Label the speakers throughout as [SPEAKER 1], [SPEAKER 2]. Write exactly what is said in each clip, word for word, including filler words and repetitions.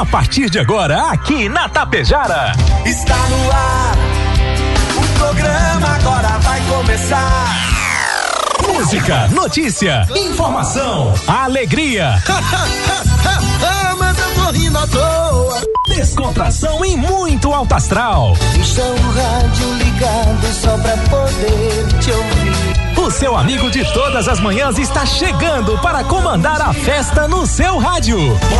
[SPEAKER 1] A partir de agora, aqui na Tapejara.
[SPEAKER 2] Está no ar, o programa agora vai começar.
[SPEAKER 1] Música, notícia, informação, alegria.
[SPEAKER 2] Mas eu tô rindo à toa.
[SPEAKER 1] Descontração e muito alto astral.
[SPEAKER 2] Deixa o rádio ligado só pra poder te ouvir.
[SPEAKER 1] O seu amigo de todas as manhãs está chegando para comandar a festa no seu rádio.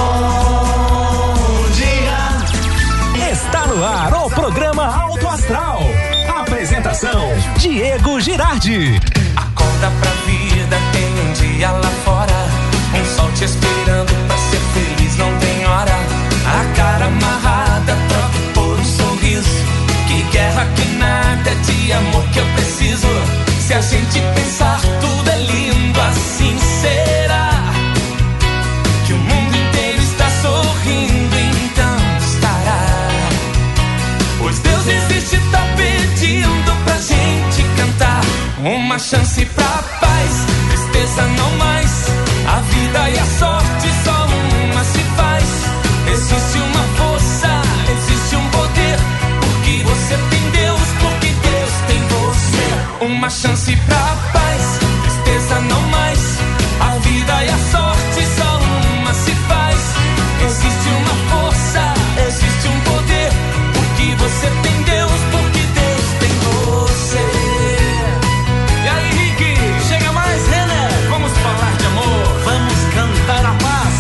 [SPEAKER 2] Bom dia.
[SPEAKER 1] Está no ar o programa Alto Astral. Apresentação: Diego Girardi.
[SPEAKER 3] Acorda pra vida, tem um dia lá fora. Um sol te esperando pra ser feliz, não tem hora. A cara amarrada, troca por um sorriso. Que guerra, que nada, de amor que eu preciso. Se a gente pensar, tudo é lindo, assim será. Que o mundo inteiro está sorrindo, então estará. Pois Deus existe, tá pedindo pra gente cantar. Uma chance pra paz, tristeza não mais. A vida e a sorte só uma se faz. Existe uma força, existe um poder. Porque você tem Deus, porque Deus tem você. Uma chance pra paz, tristeza não mais. A vida e a sorte só uma se faz. Existe uma força, existe um poder. Porque você tem Deus, porque Deus tem você. E aí, Rick, chega mais, René. Vamos falar de amor, vamos cantar a paz.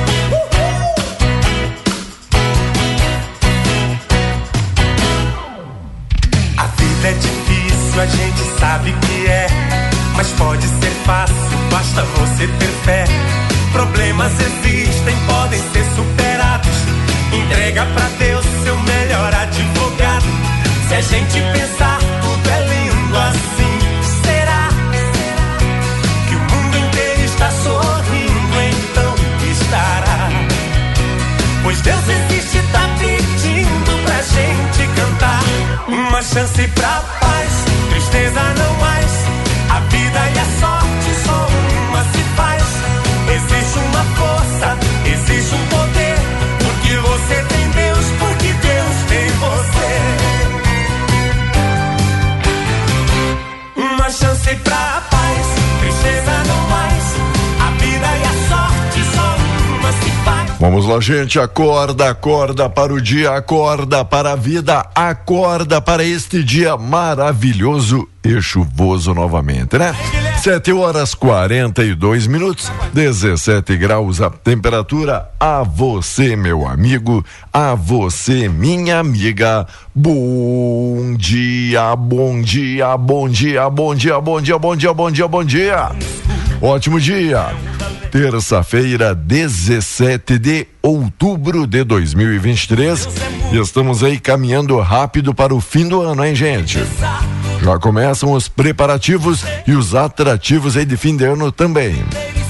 [SPEAKER 2] A vida é difícil, a gente sabe que é. Mas pode ser fácil, basta você ter fé. Problemas existem, podem ser superados. Entrega pra Deus seu melhor advogado. Se a gente pensar, tudo é lindo assim. Será que o mundo inteiro está sorrindo? Então estará. Pois Deus existe, tá pedindo pra gente cantar. Uma chance pra paz, tristeza não mais. A vida e a sorte só uma se faz. Existe uma força, existe um poder. Porque você tem Deus, porque Deus tem você. Uma chance pra paz, tristeza não mais. A vida e a sorte só uma se faz.
[SPEAKER 4] Vamos lá, gente, acorda, acorda para o dia, acorda para a vida, acorda para este dia maravilhoso e chuvoso novamente, né? sete horas quarenta e dois minutos, dezessete graus a temperatura. A você, meu amigo, a você, minha amiga, bom dia, bom dia, bom dia, bom dia, bom dia, bom dia, bom dia, bom dia. Ótimo dia. Terça-feira, dezessete de outubro de dois mil e vinte e três. Estamos aí caminhando rápido para o fim do ano, hein, gente? Já começam os preparativos e os atrativos aí de fim de ano também.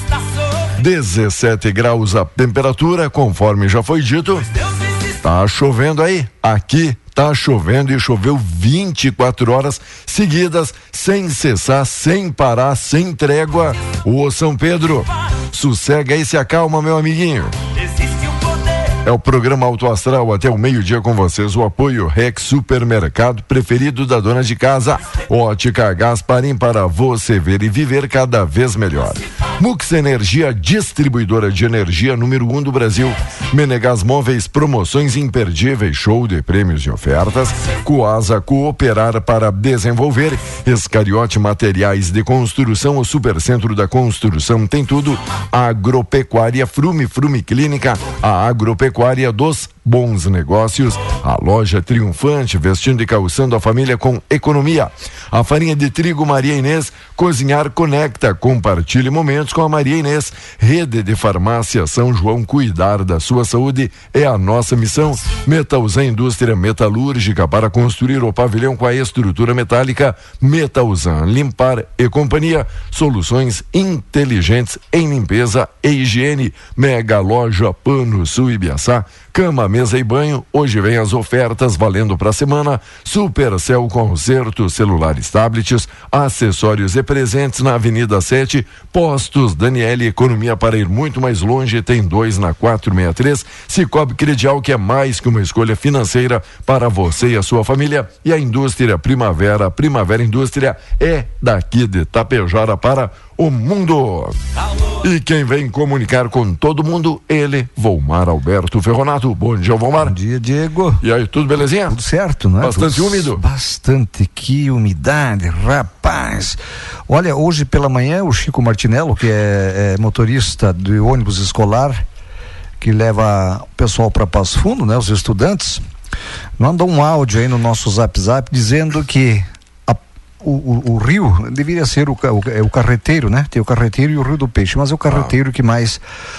[SPEAKER 4] dezessete graus a temperatura, conforme já foi dito. Tá chovendo aí? Aqui tá chovendo e choveu vinte e quatro horas seguidas, sem cessar, sem parar, sem trégua. Ô São Pedro, sossega aí, se acalma, meu amiguinho. É o programa Alto Astral até o meio-dia com vocês. O apoio Rex Supermercado, preferido da dona de casa. Ótica Gasparim, para você ver e viver cada vez melhor. Mux Energia, distribuidora de energia número um do Brasil. Menegas Móveis, promoções imperdíveis, show de prêmios e ofertas. Coasa, cooperar para desenvolver. Escariote Materiais de Construção, o Supercentro da Construção tem tudo. Agropecuária Frume, Frume Clínica, a agropecuária dos bons negócios. A loja triunfante, vestindo e calçando a família com economia. A farinha de trigo Maria Inês, Cozinhar Conecta, compartilhe momentos com a Maria Inês. Rede de Farmácia São João, cuidar da sua saúde é a nossa missão. Metalzan Indústria Metalúrgica, para construir o pavilhão com a estrutura metálica. Metalzan, limpar e companhia, soluções inteligentes em limpeza e higiene. Mega Loja Pano Sul Ibiaçá, cama, mesa e banho. Hoje vem as ofertas valendo para a semana. Supercell Concerto, celulares, tablets, acessórios e presentes na Avenida sete. Postos Daniele, economia para ir muito mais longe. Tem dois na quatrocentos e sessenta e três. Cicobi Credial, que é mais que uma escolha financeira para você e a sua família. E a Indústria Primavera. Primavera Indústria é daqui de Tapejara para o mundo. Alô. E quem vem comunicar com todo mundo, ele, Volmar Alberto Ferronato. Bom dia, Volmar.
[SPEAKER 5] Bom dia, Diego.
[SPEAKER 4] E aí, tudo belezinha?
[SPEAKER 5] Tudo certo, não é?
[SPEAKER 4] Bastante
[SPEAKER 5] tudo
[SPEAKER 4] úmido?
[SPEAKER 5] Bastante, que umidade, rapaz. Olha, hoje pela manhã, o Chico Martinello, que é, é motorista do ônibus escolar, que leva o pessoal para Passo Fundo, né? Os estudantes, mandou um áudio aí no nosso Zap Zap dizendo que O, o, o rio deveria ser o, o, o carreteiro, né? Tem o carreteiro e o Rio do Peixe, mas é o carreteiro ah. que mais...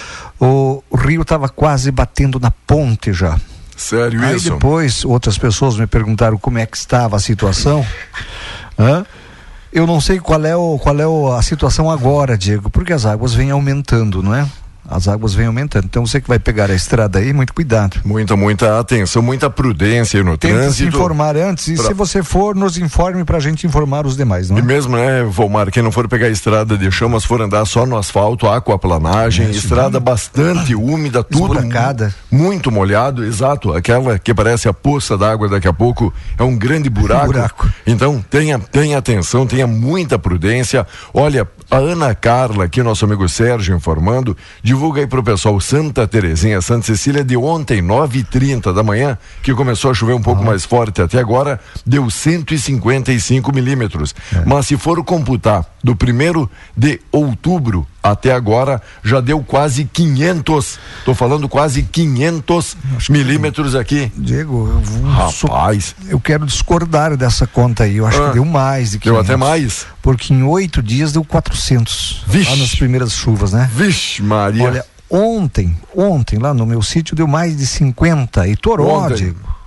[SPEAKER 5] O, o rio estava quase batendo na ponte já.
[SPEAKER 4] Sério
[SPEAKER 5] Aí
[SPEAKER 4] isso?
[SPEAKER 5] Aí depois outras pessoas me perguntaram como é que estava a situação. Hã? Eu não sei qual é, o, qual é o, a situação agora, Diego, porque as águas vêm aumentando, não é? As águas vêm aumentando. Então você que vai pegar a estrada aí, muito cuidado.
[SPEAKER 4] Muita, muita atenção, muita prudência aí no
[SPEAKER 5] Tente
[SPEAKER 4] trânsito.
[SPEAKER 5] se informar antes e pra... se você for, nos informe pra gente informar os demais, não é?
[SPEAKER 4] E mesmo, né, Volmar, quem não for pegar a estrada de chão, mas for andar só no asfalto, aquaplanagem, é, estrada bastante úmida, tudo
[SPEAKER 5] esburacada.
[SPEAKER 4] Muito molhado, exato, aquela que parece a poça d'água daqui a pouco, é um grande buraco. Um buraco. Então, tenha, tenha atenção, tenha muita prudência. Olha, a Ana Carla, aqui nosso amigo Sérgio informando, divulga aí pro pessoal Santa Terezinha, Santa Cecília, de ontem, nove e trinta da manhã, que começou a chover um pouco ah. mais forte até agora, deu cento e cinquenta e cinco milímetros. É. Mas se for computar do primeiro de outubro até agora, já deu quase quinhentos. Tô falando quase quinhentos milímetros aqui.
[SPEAKER 5] Diego, eu vou
[SPEAKER 4] Rapaz.
[SPEAKER 5] So... eu quero discordar dessa conta aí. Eu acho ah. que deu mais de quinhentos.
[SPEAKER 4] Deu até mais.
[SPEAKER 5] Porque em oito dias deu quatrocentos.
[SPEAKER 4] Vixe.
[SPEAKER 5] Lá nas primeiras chuvas, né?
[SPEAKER 4] Vixe, Maria.
[SPEAKER 5] Olha, ontem, ontem lá no meu sítio deu mais de cinquenta. E Toró,
[SPEAKER 4] ontem.
[SPEAKER 5] Diego.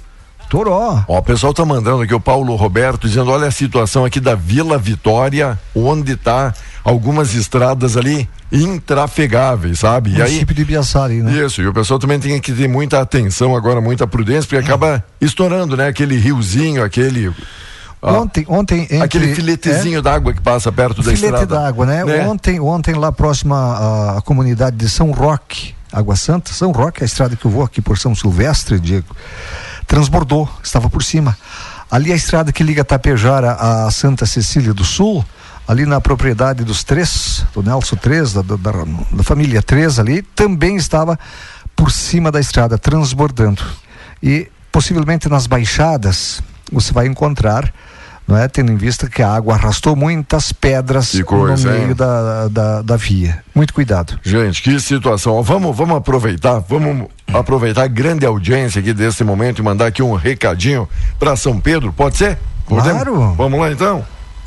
[SPEAKER 5] Toró.
[SPEAKER 4] Ó, o pessoal tá mandando aqui o Paulo Roberto dizendo, olha a situação aqui da Vila Vitória, onde tá algumas estradas ali intrafegáveis, sabe? E aí,
[SPEAKER 5] município de Ibiaçá, né?
[SPEAKER 4] Isso, e o pessoal também tem que ter muita atenção agora, muita prudência, porque acaba estourando, né? Aquele riozinho, aquele...
[SPEAKER 5] Ontem, ontem entre,
[SPEAKER 4] aquele filetezinho é, d'água que passa perto da
[SPEAKER 5] filete
[SPEAKER 4] estrada.
[SPEAKER 5] Filete d'água, né? né? Ontem, ontem lá próximo à, à comunidade de São Roque, Água Santa, São Roque, a estrada que eu vou aqui por São Silvestre, Diego, transbordou, estava por cima. Ali a estrada que liga Tapejara a Santa Cecília do Sul, ali na propriedade dos três, do Nelson três, da, da, da família três ali, também estava por cima da estrada, transbordando. E possivelmente nas baixadas você vai encontrar, não é? Tendo em vista que a água arrastou muitas pedras coisa, no meio da, da, da via. Muito cuidado.
[SPEAKER 4] Gente, que situação. Vamos, vamos aproveitar, vamos aproveitar a grande audiência aqui desse momento e mandar aqui um recadinho para São Pedro, pode ser?
[SPEAKER 5] Podemos? Claro.
[SPEAKER 4] Vamos lá então.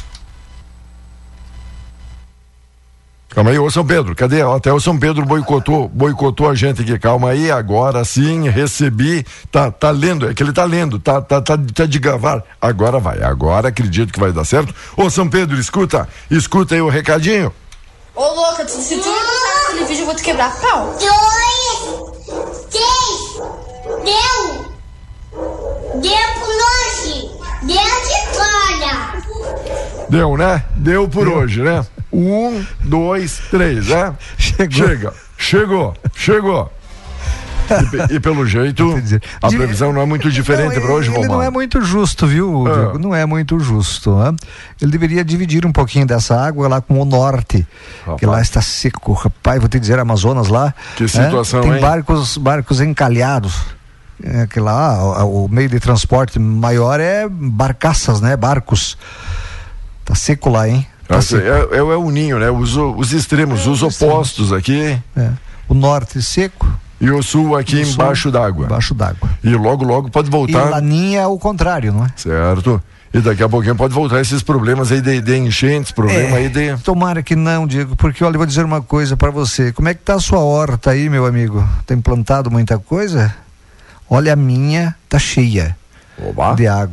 [SPEAKER 4] Calma aí, ô São Pedro, cadê? Até o São Pedro boicotou, boicotou a gente aqui, calma aí, agora sim, recebi, tá, tá lendo, é que ele tá lendo, tá, tá, tá, tá de gravar, agora vai, agora acredito que vai dar certo. Ô São Pedro, escuta, escuta aí o recadinho.
[SPEAKER 6] Ô louca, se tu não gostar daquele vídeo eu vou te quebrar pau.
[SPEAKER 7] Dois, três, deu, deu por hoje, deu de fora.
[SPEAKER 4] Deu, né? Deu por deu. Hoje, né? Um, dois, três, né?
[SPEAKER 5] Chegou.
[SPEAKER 4] Chega, chegou, chegou. E, e pelo jeito, a previsão não é muito diferente para hoje,
[SPEAKER 5] Ele
[SPEAKER 4] Romano.
[SPEAKER 5] não é muito justo, viu,
[SPEAKER 4] é.
[SPEAKER 5] Diego? Não é muito justo. Né? Ele deveria dividir um pouquinho dessa água lá com o norte, rapaz. Que lá está seco, rapaz. Vou te dizer, Amazonas lá.
[SPEAKER 4] Que situação,
[SPEAKER 5] é? Tem
[SPEAKER 4] hein?
[SPEAKER 5] barcos, barcos encalhados. É, que lá, o, o meio de transporte maior é barcaças, né? Barcos. Tá seco lá, hein? Tá
[SPEAKER 4] é, é, é o ninho, né? Os, os extremos, é, os opostos aqui.
[SPEAKER 5] É. O norte seco.
[SPEAKER 4] E o sul aqui o embaixo sul, d'água.
[SPEAKER 5] Embaixo d'água.
[SPEAKER 4] E logo, logo pode voltar.
[SPEAKER 5] E Laninha é o contrário, não é?
[SPEAKER 4] Certo. E daqui a pouquinho pode voltar esses problemas aí de, de enchentes, problema
[SPEAKER 5] é,
[SPEAKER 4] aí de...
[SPEAKER 5] Tomara que não, Diego, porque olha, eu vou dizer uma coisa pra você. Como é que tá a sua horta aí, meu amigo? Tem plantado muita coisa? Olha, a minha tá cheia.
[SPEAKER 4] Oba.
[SPEAKER 5] De água.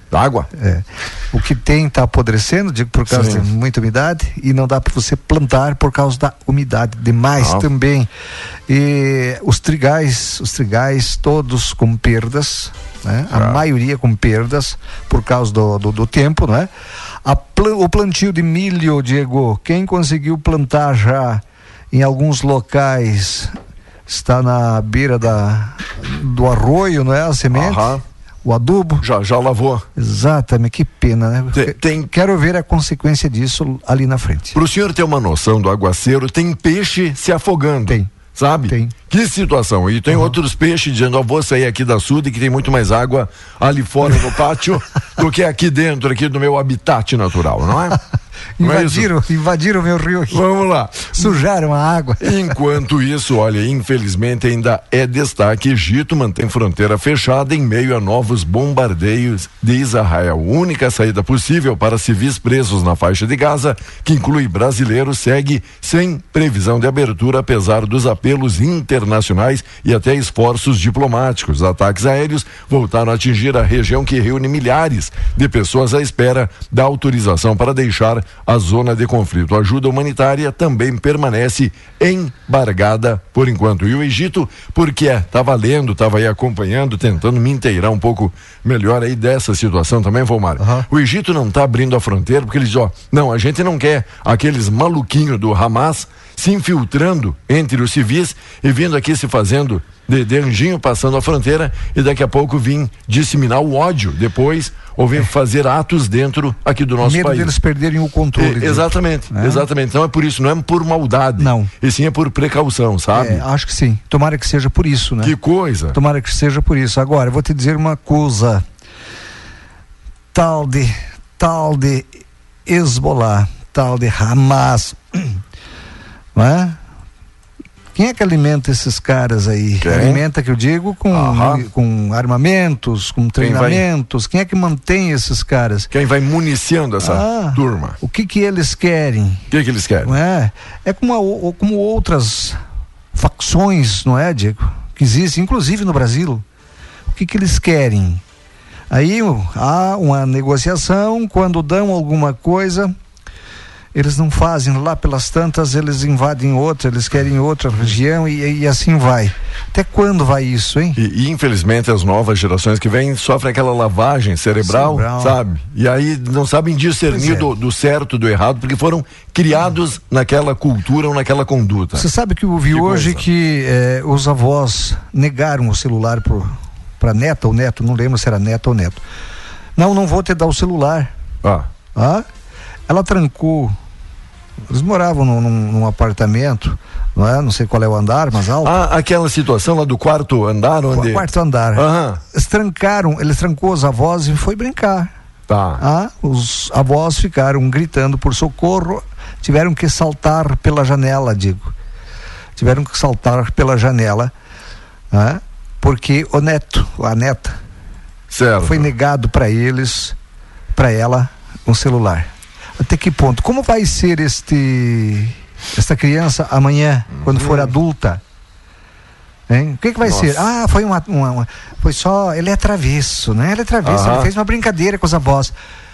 [SPEAKER 4] Água?
[SPEAKER 5] É. O que tem está apodrecendo, digo, por causa
[SPEAKER 4] Sim.
[SPEAKER 5] de muita umidade, e não dá para você plantar por causa da umidade demais
[SPEAKER 4] Ah.
[SPEAKER 5] também. E os trigais, os trigais todos com perdas, né? A
[SPEAKER 4] Ah.
[SPEAKER 5] maioria com perdas por causa do, do, do tempo, não é? A pla- o plantio de milho, Diego, quem conseguiu plantar já em alguns locais está na beira da, do arroio, não é? A semente,
[SPEAKER 4] Aham.
[SPEAKER 5] o adubo.
[SPEAKER 4] Já, já lavou.
[SPEAKER 5] Exatamente, que pena, né?
[SPEAKER 4] Tem- tem-
[SPEAKER 5] Quero ver a consequência disso ali na frente.
[SPEAKER 4] Para o senhor ter uma noção do aguaceiro, tem peixe se afogando.
[SPEAKER 5] Tem.
[SPEAKER 4] Sabe?
[SPEAKER 5] Tem.
[SPEAKER 4] Que situação. E tem
[SPEAKER 5] Uhum.
[SPEAKER 4] outros peixes dizendo, ó, vou sair aqui da Sude que tem muito mais água ali fora no pátio do que aqui dentro, aqui do meu habitat natural, não é? Não é isso?
[SPEAKER 5] Invadiram, invadiram meu rio aqui.
[SPEAKER 4] Vamos lá.
[SPEAKER 5] Sujaram a água.
[SPEAKER 4] Enquanto isso, olha, infelizmente ainda é destaque, Egito mantém fronteira fechada em meio a novos bombardeios de Israel. Única saída possível para civis presos na faixa de Gaza, que inclui brasileiros, segue sem previsão de abertura, apesar dos apelos internacionais e até esforços diplomáticos. Ataques aéreos voltaram a atingir a região que reúne milhares de pessoas à espera da autorização para deixar a zona de conflito. A ajuda humanitária também permanece embargada por enquanto. E o Egito, porque estava lendo, estava aí acompanhando, tentando me inteirar um pouco melhor aí dessa situação também, Valmar.
[SPEAKER 5] Uhum.
[SPEAKER 4] O Egito não está abrindo a fronteira porque eles dizem, ó, não, a gente não quer aqueles maluquinhos do Hamas se infiltrando entre os civis e vindo aqui se fazendo de, de anjinho, passando a fronteira, e daqui a pouco vir disseminar o ódio depois, ou vir fazer atos dentro aqui do nosso
[SPEAKER 5] Medo
[SPEAKER 4] país.
[SPEAKER 5] deles perderem o controle.
[SPEAKER 4] É, exatamente,
[SPEAKER 5] né?
[SPEAKER 4] exatamente. Não é por isso, não é por maldade.
[SPEAKER 5] Não.
[SPEAKER 4] E sim é por precaução, sabe?
[SPEAKER 5] É, acho que sim. Tomara que seja por isso, né?
[SPEAKER 4] Que coisa.
[SPEAKER 5] Tomara que seja por isso. Agora, eu vou te dizer uma coisa. Tal de, tal de Hezbollah, tal de Hamas, não é? Quem é que alimenta esses caras aí?
[SPEAKER 4] Quem?
[SPEAKER 5] Alimenta, que eu digo, com,
[SPEAKER 4] Aham.
[SPEAKER 5] com armamentos, com
[SPEAKER 4] Quem vai-
[SPEAKER 5] treinamentos. Quem é que mantém esses caras?
[SPEAKER 4] Quem vai municiando essa
[SPEAKER 5] Ah,
[SPEAKER 4] turma?
[SPEAKER 5] O que que eles querem?
[SPEAKER 4] O que que eles querem?
[SPEAKER 5] Não é? É como, a- como outras facções, não é, Diego? Que existem, inclusive no Brasil. O que que eles querem? Aí o- há uma negociação, quando dão alguma coisa, eles não fazem, lá pelas tantas eles invadem outra, eles querem outra região e, e assim vai. Até quando vai isso, hein?
[SPEAKER 4] E, e, infelizmente as novas gerações que vêm sofrem aquela lavagem cerebral,
[SPEAKER 5] Cerebral.
[SPEAKER 4] sabe? E aí não sabem discernir
[SPEAKER 5] Pois é.
[SPEAKER 4] do, do certo do errado, porque foram criados naquela cultura ou naquela conduta.
[SPEAKER 5] Você sabe que eu vi
[SPEAKER 4] Que
[SPEAKER 5] hoje
[SPEAKER 4] coisa.
[SPEAKER 5] que eh, os avós negaram o celular para neta ou neto, não lembro se era neta ou neto. Não, não vou te dar o celular.
[SPEAKER 4] Ah,
[SPEAKER 5] Ah, ela trancou. Eles moravam num, num, num apartamento, não é? Não sei qual é o andar, mas alto.
[SPEAKER 4] ah, aquela situação lá do quarto andar onde...
[SPEAKER 5] Quarto andar.
[SPEAKER 4] Aham,
[SPEAKER 5] Eles trancaram, eles trancou os avós e foi brincar.
[SPEAKER 4] tá.
[SPEAKER 5] Ah, os avós ficaram gritando por socorro, tiveram que saltar pela janela, digo. Tiveram que saltar pela janela, ah, porque o neto, a neta,
[SPEAKER 4] Certo.
[SPEAKER 5] foi negado para eles, para ela, um celular. Até que ponto? Como vai ser este esta criança amanhã, quando for adulta? Hein? O que que vai
[SPEAKER 4] Nossa.
[SPEAKER 5] ser? Ah, foi uma, uma, uma- foi só, ele é travesso, né? Ele é travesso,
[SPEAKER 4] Aham.
[SPEAKER 5] ele fez uma brincadeira com os avós.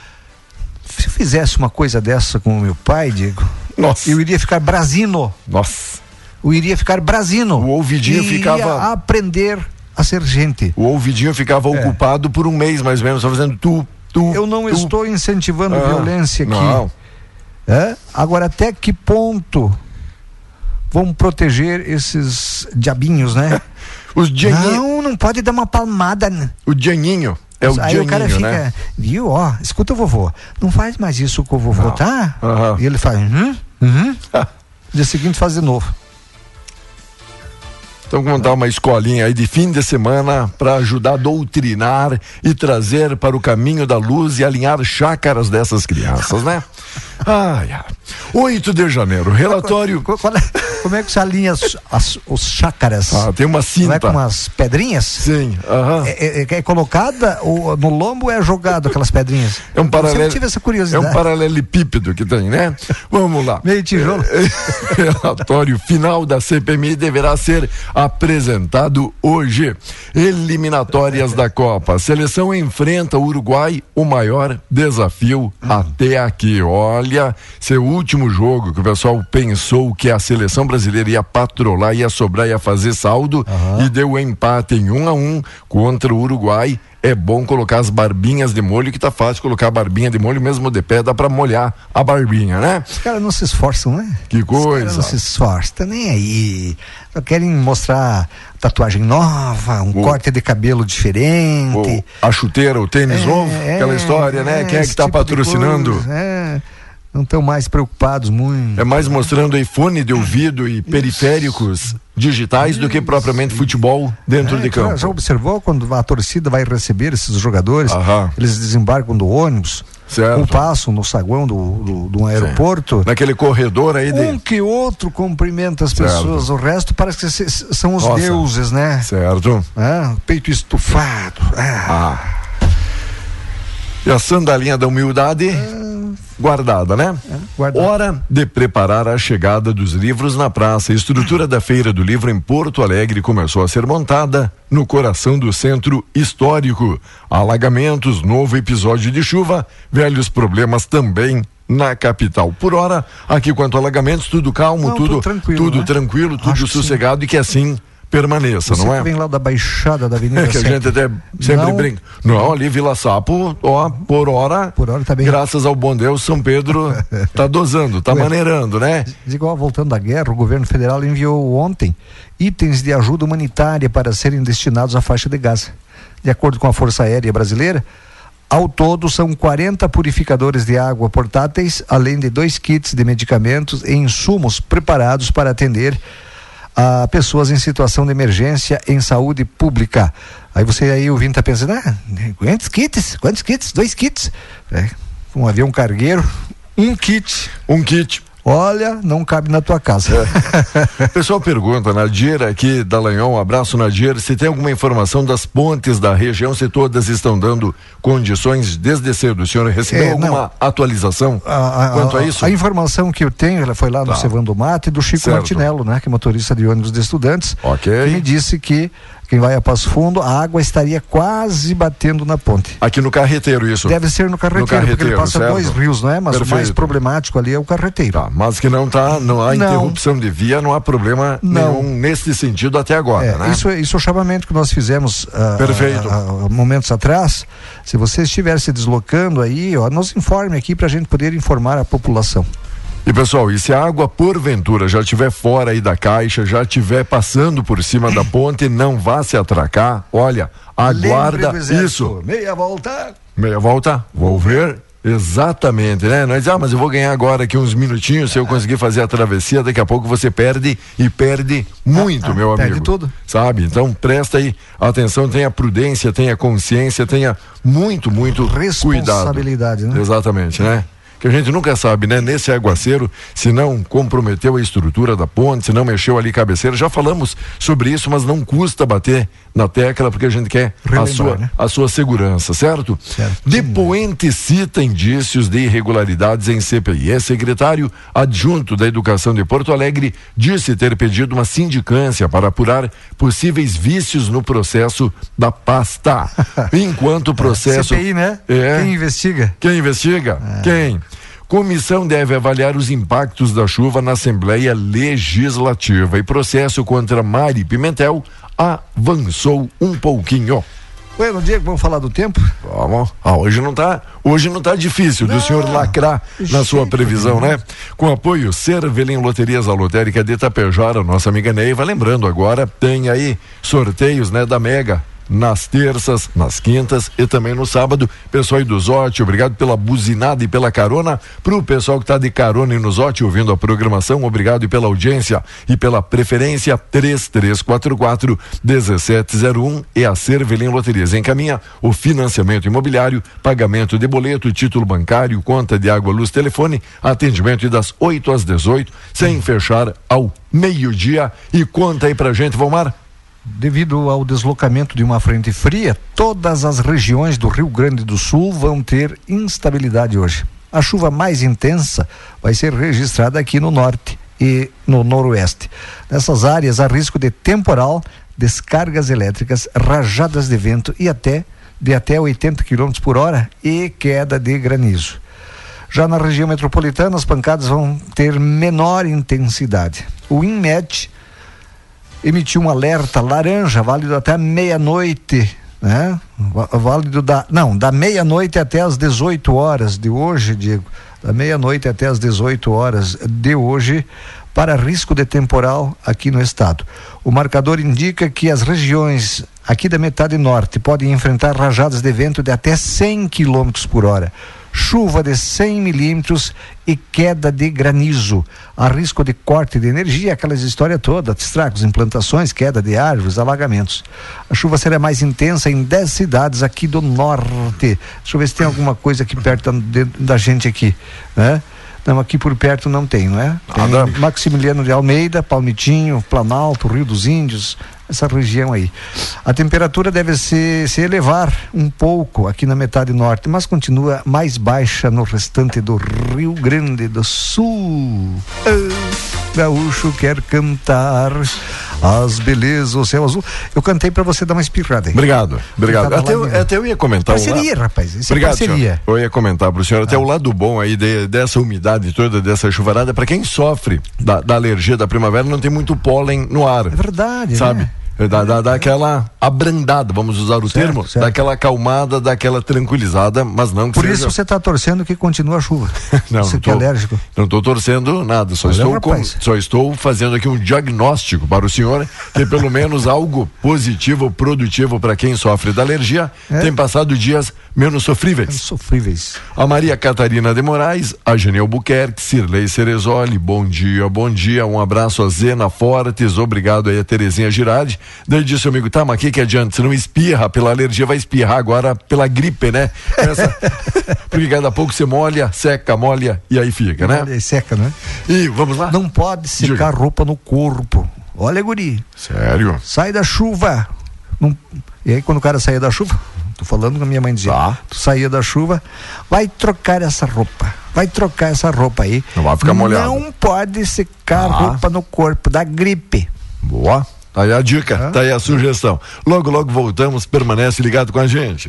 [SPEAKER 5] Se eu fizesse uma coisa dessa com o meu pai, Diego,
[SPEAKER 4] Nossa.
[SPEAKER 5] eu iria ficar brasino.
[SPEAKER 4] Nossa.
[SPEAKER 5] Eu iria ficar brasino.
[SPEAKER 4] O ouvidinho
[SPEAKER 5] e
[SPEAKER 4] ficava-
[SPEAKER 5] Ia aprender a ser gente.
[SPEAKER 4] O ouvidinho ficava ocupado por um mês mais ou menos, só fazendo tu, tu,
[SPEAKER 5] Eu não
[SPEAKER 4] tu.
[SPEAKER 5] estou incentivando
[SPEAKER 4] Ah,
[SPEAKER 5] violência aqui.
[SPEAKER 4] Não.
[SPEAKER 5] É? Agora, até que ponto vão proteger esses diabinhos, né?
[SPEAKER 4] Os dianinho,
[SPEAKER 5] Não, não pode dar uma palmada. né?
[SPEAKER 4] o dianinho é o
[SPEAKER 5] Aí
[SPEAKER 4] dianinho,
[SPEAKER 5] o cara fica,
[SPEAKER 4] né?
[SPEAKER 5] viu, ó, escuta o vovô, não faz mais isso com o vovô,
[SPEAKER 4] Não.
[SPEAKER 5] tá?
[SPEAKER 4] Aham.
[SPEAKER 5] E ele faz, uhum, uhum. Dia seguinte faz de novo.
[SPEAKER 4] Então vamos montar uma escolinha aí de fim de semana para ajudar a doutrinar e trazer para o caminho da luz e alinhar chácaras dessas crianças, né? Ai, ai. oito de janeiro, relatório.
[SPEAKER 5] Qual, qual é, Como é que você alinha as, as, os chácaras?
[SPEAKER 4] Ah, tem uma cinta.
[SPEAKER 5] Não é com umas pedrinhas?
[SPEAKER 4] Sim, aham.
[SPEAKER 5] É, é, é colocada ou no lombo é jogado aquelas pedrinhas?
[SPEAKER 4] É um paralelo.
[SPEAKER 5] Eu tive essa curiosidade.
[SPEAKER 4] É um paralelepípedo que tem, né? Vamos lá.
[SPEAKER 5] Meio tijolo.
[SPEAKER 4] Relatório final da C P M I deverá ser apresentado hoje. Eliminatórias da Copa. A seleção enfrenta o Uruguai, o maior desafio até aqui. Olha, seu último jogo que o pessoal pensou que a seleção brasileira ia patrolar, ia sobrar, ia fazer saldo, uhum. e deu empate em um a um contra o Uruguai. É bom colocar as barbinhas de molho, que tá fácil colocar a barbinha de molho, mesmo de pé, dá pra molhar a barbinha, né?
[SPEAKER 5] Os caras não se esforçam, né?
[SPEAKER 4] Que coisa. Os caras
[SPEAKER 5] não se esforçam, tá nem aí. Só querem mostrar tatuagem nova, um o, corte de cabelo diferente.
[SPEAKER 4] O, a chuteira, o tênis é, novo, é, aquela história, né? É, Quem é que tá tipo patrocinando?
[SPEAKER 5] É. Não estão mais preocupados muito.
[SPEAKER 4] É mais mostrando iPhone de ouvido e periféricos Isso. digitais Isso. do que propriamente futebol dentro é, de campo.
[SPEAKER 5] Já observou quando a torcida vai receber esses jogadores?
[SPEAKER 4] Aham.
[SPEAKER 5] Eles desembarcam do ônibus,
[SPEAKER 4] certo.
[SPEAKER 5] ou passam no saguão do, do, do aeroporto.
[SPEAKER 4] Sim. Naquele corredor aí.
[SPEAKER 5] Um
[SPEAKER 4] de...
[SPEAKER 5] que outro cumprimenta as
[SPEAKER 4] certo.
[SPEAKER 5] pessoas, o resto parece que são os Nossa. deuses, né?
[SPEAKER 4] Certo.
[SPEAKER 5] Ah, peito estufado. Ah.
[SPEAKER 4] ah. E a sandalinha da humildade ah. guardada, né?
[SPEAKER 5] É, guardada.
[SPEAKER 4] Hora de preparar a chegada dos livros na praça. A estrutura da Feira do Livro em Porto Alegre começou a ser montada no coração do centro histórico. Alagamentos, novo episódio de chuva, velhos problemas também na capital. Por hora, aqui quanto a alagamentos, tudo calmo, Não, tudo, tudo tranquilo, tudo, né? tranquilo, tudo Acho sossegado e que assim permaneça,
[SPEAKER 5] Você
[SPEAKER 4] não é?
[SPEAKER 5] Você vem lá da Baixada da Avenida
[SPEAKER 4] É que a
[SPEAKER 5] sete.
[SPEAKER 4] gente até sempre
[SPEAKER 5] não,
[SPEAKER 4] brinca. Não, ali Vila Sapo, ó, por hora,
[SPEAKER 5] por hora tá bem.
[SPEAKER 4] Graças ao bom Deus, São Pedro tá dosando, tá Ué, maneirando, né?
[SPEAKER 5] Igual voltando da guerra, o governo federal enviou ontem itens de ajuda humanitária para serem destinados à faixa de Gaza. De acordo com a Força Aérea Brasileira, ao todo são quarenta purificadores de água portáteis, além de dois kits de medicamentos e insumos preparados para atender a pessoas em situação de emergência em saúde pública. Aí você aí ouvindo tá pensando, ah, quantos kits? Quantos kits? Dois kits. É, um avião cargueiro, um kit.
[SPEAKER 4] Um kit.
[SPEAKER 5] Olha, não cabe na tua casa.
[SPEAKER 4] É. O pessoal pergunta, Nadir aqui, Dallagnol, um abraço, Nadir, se tem alguma informação das pontes da região, se todas estão dando condições desde cedo. O senhor recebeu é, alguma não. atualização
[SPEAKER 5] a, a,
[SPEAKER 4] quanto a isso?
[SPEAKER 5] A informação que eu tenho, ela foi lá no tá. Sevando Mato e do Chico certo. Martinello, né, que é motorista de ônibus de estudantes,
[SPEAKER 4] Ok.
[SPEAKER 5] que me disse que quem vai a Passo Fundo, a água estaria quase batendo na ponte.
[SPEAKER 4] Aqui no carreteiro, isso?
[SPEAKER 5] Deve ser no carreteiro, no carreteiro porque ele passa certo? dois rios, não é? Mas Perfeito. o mais problemático ali é o carreteiro.
[SPEAKER 4] Tá, mas que não tá, não há não. interrupção de via, não há problema não. nenhum nesse sentido até agora,
[SPEAKER 5] é,
[SPEAKER 4] né?
[SPEAKER 5] Isso, isso é o chamamento que nós fizemos uh,
[SPEAKER 4] Perfeito.
[SPEAKER 5] Uh, uh, momentos atrás. Se você estiver se deslocando aí, ó, nos informe aqui pra gente poder informar a população.
[SPEAKER 4] E pessoal, e se a água porventura já estiver fora aí da caixa, já estiver passando por cima da ponte, não vá se atracar, olha, aguarda isso.
[SPEAKER 5] Meia volta.
[SPEAKER 4] Meia volta, vou ver. Exatamente, né? Nós, ah, mas eu vou ganhar agora aqui uns minutinhos, se eu conseguir fazer a travessia, daqui a pouco você perde e perde muito, ah, meu amigo.
[SPEAKER 5] Perde tudo.
[SPEAKER 4] Sabe? Então presta aí atenção, tenha prudência, tenha consciência, tenha muito, muito
[SPEAKER 5] responsabilidade,
[SPEAKER 4] cuidado.
[SPEAKER 5] Né?
[SPEAKER 4] Exatamente, né? Que a gente nunca sabe, né? Nesse aguaceiro, se não comprometeu a estrutura da ponte, se não mexeu ali cabeceira, já falamos sobre isso, mas não custa bater na tecla, porque a gente quer Relembrar, a sua, né? a sua segurança, certo?
[SPEAKER 5] certo.
[SPEAKER 4] Depoente cita indícios de irregularidades em C P I. É secretário adjunto da Educação de Porto Alegre disse ter pedido uma sindicância para apurar possíveis vícios no processo da pasta. Enquanto o processo...
[SPEAKER 5] C P I, né?
[SPEAKER 4] É,
[SPEAKER 5] Quem investiga?
[SPEAKER 4] Quem investiga? É. Quem? Comissão deve avaliar os impactos da chuva na Assembleia Legislativa e processo contra Mari Pimentel avançou um pouquinho.
[SPEAKER 5] Bueno, Diego, vamos falar do tempo?
[SPEAKER 4] Vamos. Ah, hoje não tá, hoje não tá difícil não. do senhor lacrar na sua previsão, né? Com apoio Cervelim Loterias, a lotérica de Itapejara, nossa amiga Neiva, lembrando agora, tem aí sorteios, né, da Mega nas terças, nas quintas e também no sábado. Pessoal aí do Zote, obrigado pela buzinada e pela carona. Pro pessoal que tá de carona e no Zote ouvindo a programação, obrigado e pela audiência e pela preferência. Três três quatro quatro um sete zero um e a Cervelim Loterias encaminha o financiamento imobiliário, pagamento de boleto, título bancário, conta de água, luz, telefone, atendimento das oito às dezoito, sem fechar ao meio-dia. E conta aí pra gente, Valmar.
[SPEAKER 5] Devido ao deslocamento de uma frente fria, todas as regiões do Rio Grande do Sul vão ter instabilidade hoje. A chuva mais intensa vai ser registrada aqui no norte e no noroeste. Nessas áreas há risco de temporal, descargas elétricas, rajadas de vento e até de até oitenta quilômetros por hora e queda de granizo. Já na região metropolitana, as pancadas vão ter menor intensidade. O INMET emitiu um alerta laranja, válido até meia-noite, né? Válido da, não, da meia-noite até as dezoito horas de hoje, Diego, da meia-noite até as dezoito horas de hoje, para risco de temporal aqui no estado. O marcador indica que as regiões aqui da metade norte podem enfrentar rajadas de vento de até cem quilômetros por hora, chuva de cem milímetros e queda de granizo. Há risco de corte de energia, aquelas histórias todas, estragos, implantações, queda de árvores, alagamentos. A chuva será mais intensa em dez cidades aqui do norte. Deixa eu ver se tem alguma coisa aqui perto da, da gente aqui, né? Não, aqui por perto não tem, não é? Tem ah, Maximiliano de Almeida, Palmitinho, Planalto, Rio dos Índios, essa região aí. A temperatura deve se, se elevar um pouco aqui na metade norte, mas continua mais baixa no restante do Rio Grande do Sul. Ah, gaúcho quer cantar as belezas, o céu azul. Eu cantei pra você dar uma espirrada aí.
[SPEAKER 4] Obrigado, obrigado. Até eu, até eu ia comentar.
[SPEAKER 5] Parceria, la... rapaz. Isso
[SPEAKER 4] obrigado,
[SPEAKER 5] é parceria.
[SPEAKER 4] Senhor. Eu ia comentar pro senhor até ah. o lado bom aí de, dessa umidade toda, dessa chuvarada. Pra quem sofre da, da alergia da primavera, não tem muito pólen no ar.
[SPEAKER 5] É verdade,
[SPEAKER 4] sabe?
[SPEAKER 5] Né?
[SPEAKER 4] Dá, dá, dá aquela abrandada, vamos usar o certo, termo,
[SPEAKER 5] certo.
[SPEAKER 4] dá aquela acalmada, dá aquela tranquilizada, mas não que
[SPEAKER 5] Por
[SPEAKER 4] seja...
[SPEAKER 5] isso você está torcendo que continue a chuva.
[SPEAKER 4] Não,
[SPEAKER 5] você
[SPEAKER 4] não
[SPEAKER 5] que é
[SPEAKER 4] tô,
[SPEAKER 5] alérgico.
[SPEAKER 4] Não estou torcendo nada, só
[SPEAKER 5] Olha,
[SPEAKER 4] estou, com, só estou fazendo aqui um diagnóstico para o senhor, que pelo menos algo positivo, produtivo para quem sofre da alergia, é. tem passado dias menos sofríveis. Menos
[SPEAKER 5] sofríveis.
[SPEAKER 4] A Maria Catarina de Moraes, a Genel Buquerque, Cirlei Cerezoli, bom dia, bom dia, um abraço a Zena Fortes, obrigado aí a Terezinha Girardi. Daí disse o amigo, tá, mas o que que adianta? Se não espirra pela alergia, vai espirrar agora pela gripe, né? Essa... Porque cada pouco você molha, seca, molha e aí fica, né?
[SPEAKER 5] Molha e seca, né?
[SPEAKER 4] E vamos lá?
[SPEAKER 5] Não pode secar Diga. roupa no corpo. Olha, guri.
[SPEAKER 4] Sério?
[SPEAKER 5] Sai da chuva. Não... E aí quando o cara saía da chuva, tô falando com a minha mãe dizia,
[SPEAKER 4] tá.
[SPEAKER 5] tu saía da chuva, vai trocar essa roupa. Vai trocar essa roupa aí.
[SPEAKER 4] Não vai ficar molhado.
[SPEAKER 5] Não pode secar
[SPEAKER 4] ah.
[SPEAKER 5] roupa no corpo, dá gripe.
[SPEAKER 4] Boa. Tá aí a dica, ah. tá aí a sugestão. Logo, logo voltamos, permanece ligado com a gente.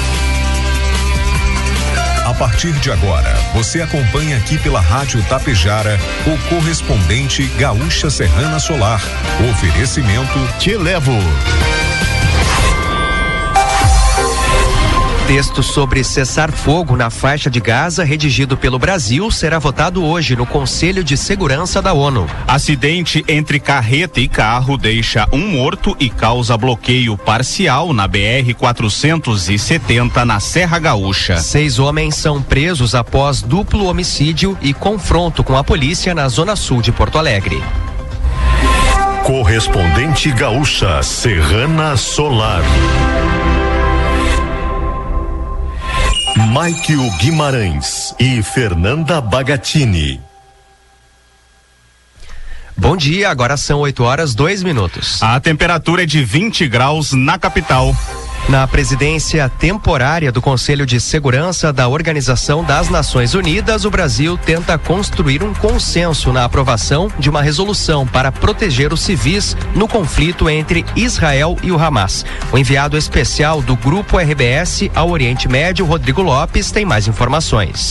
[SPEAKER 1] A partir de agora, você acompanha aqui pela Rádio Tapejara o correspondente Gaúcha Serrana Solar. Oferecimento Te Levo.
[SPEAKER 8] Texto sobre cessar fogo na faixa de Gaza, redigido pelo Brasil, será votado hoje no Conselho de Segurança da ONU.
[SPEAKER 9] Acidente entre carreta e carro deixa um morto e causa bloqueio parcial na B R quatrocentos e setenta na Serra Gaúcha.
[SPEAKER 8] Seis homens são presos após duplo homicídio e confronto com a polícia na zona sul de Porto Alegre.
[SPEAKER 1] Correspondente Gaúcha Serrana Solar. Maikio Guimarães e Fernanda Bagatini.
[SPEAKER 8] Bom dia, agora são oito horas, dois minutos.
[SPEAKER 9] A temperatura é de vinte graus na capital.
[SPEAKER 8] Na presidência temporária do Conselho de Segurança da Organização das Nações Unidas, o Brasil tenta construir um consenso na aprovação de uma resolução para proteger os civis no conflito entre Israel e o Hamas. O enviado especial do Grupo R B S ao Oriente Médio, Rodrigo Lopes, tem mais informações.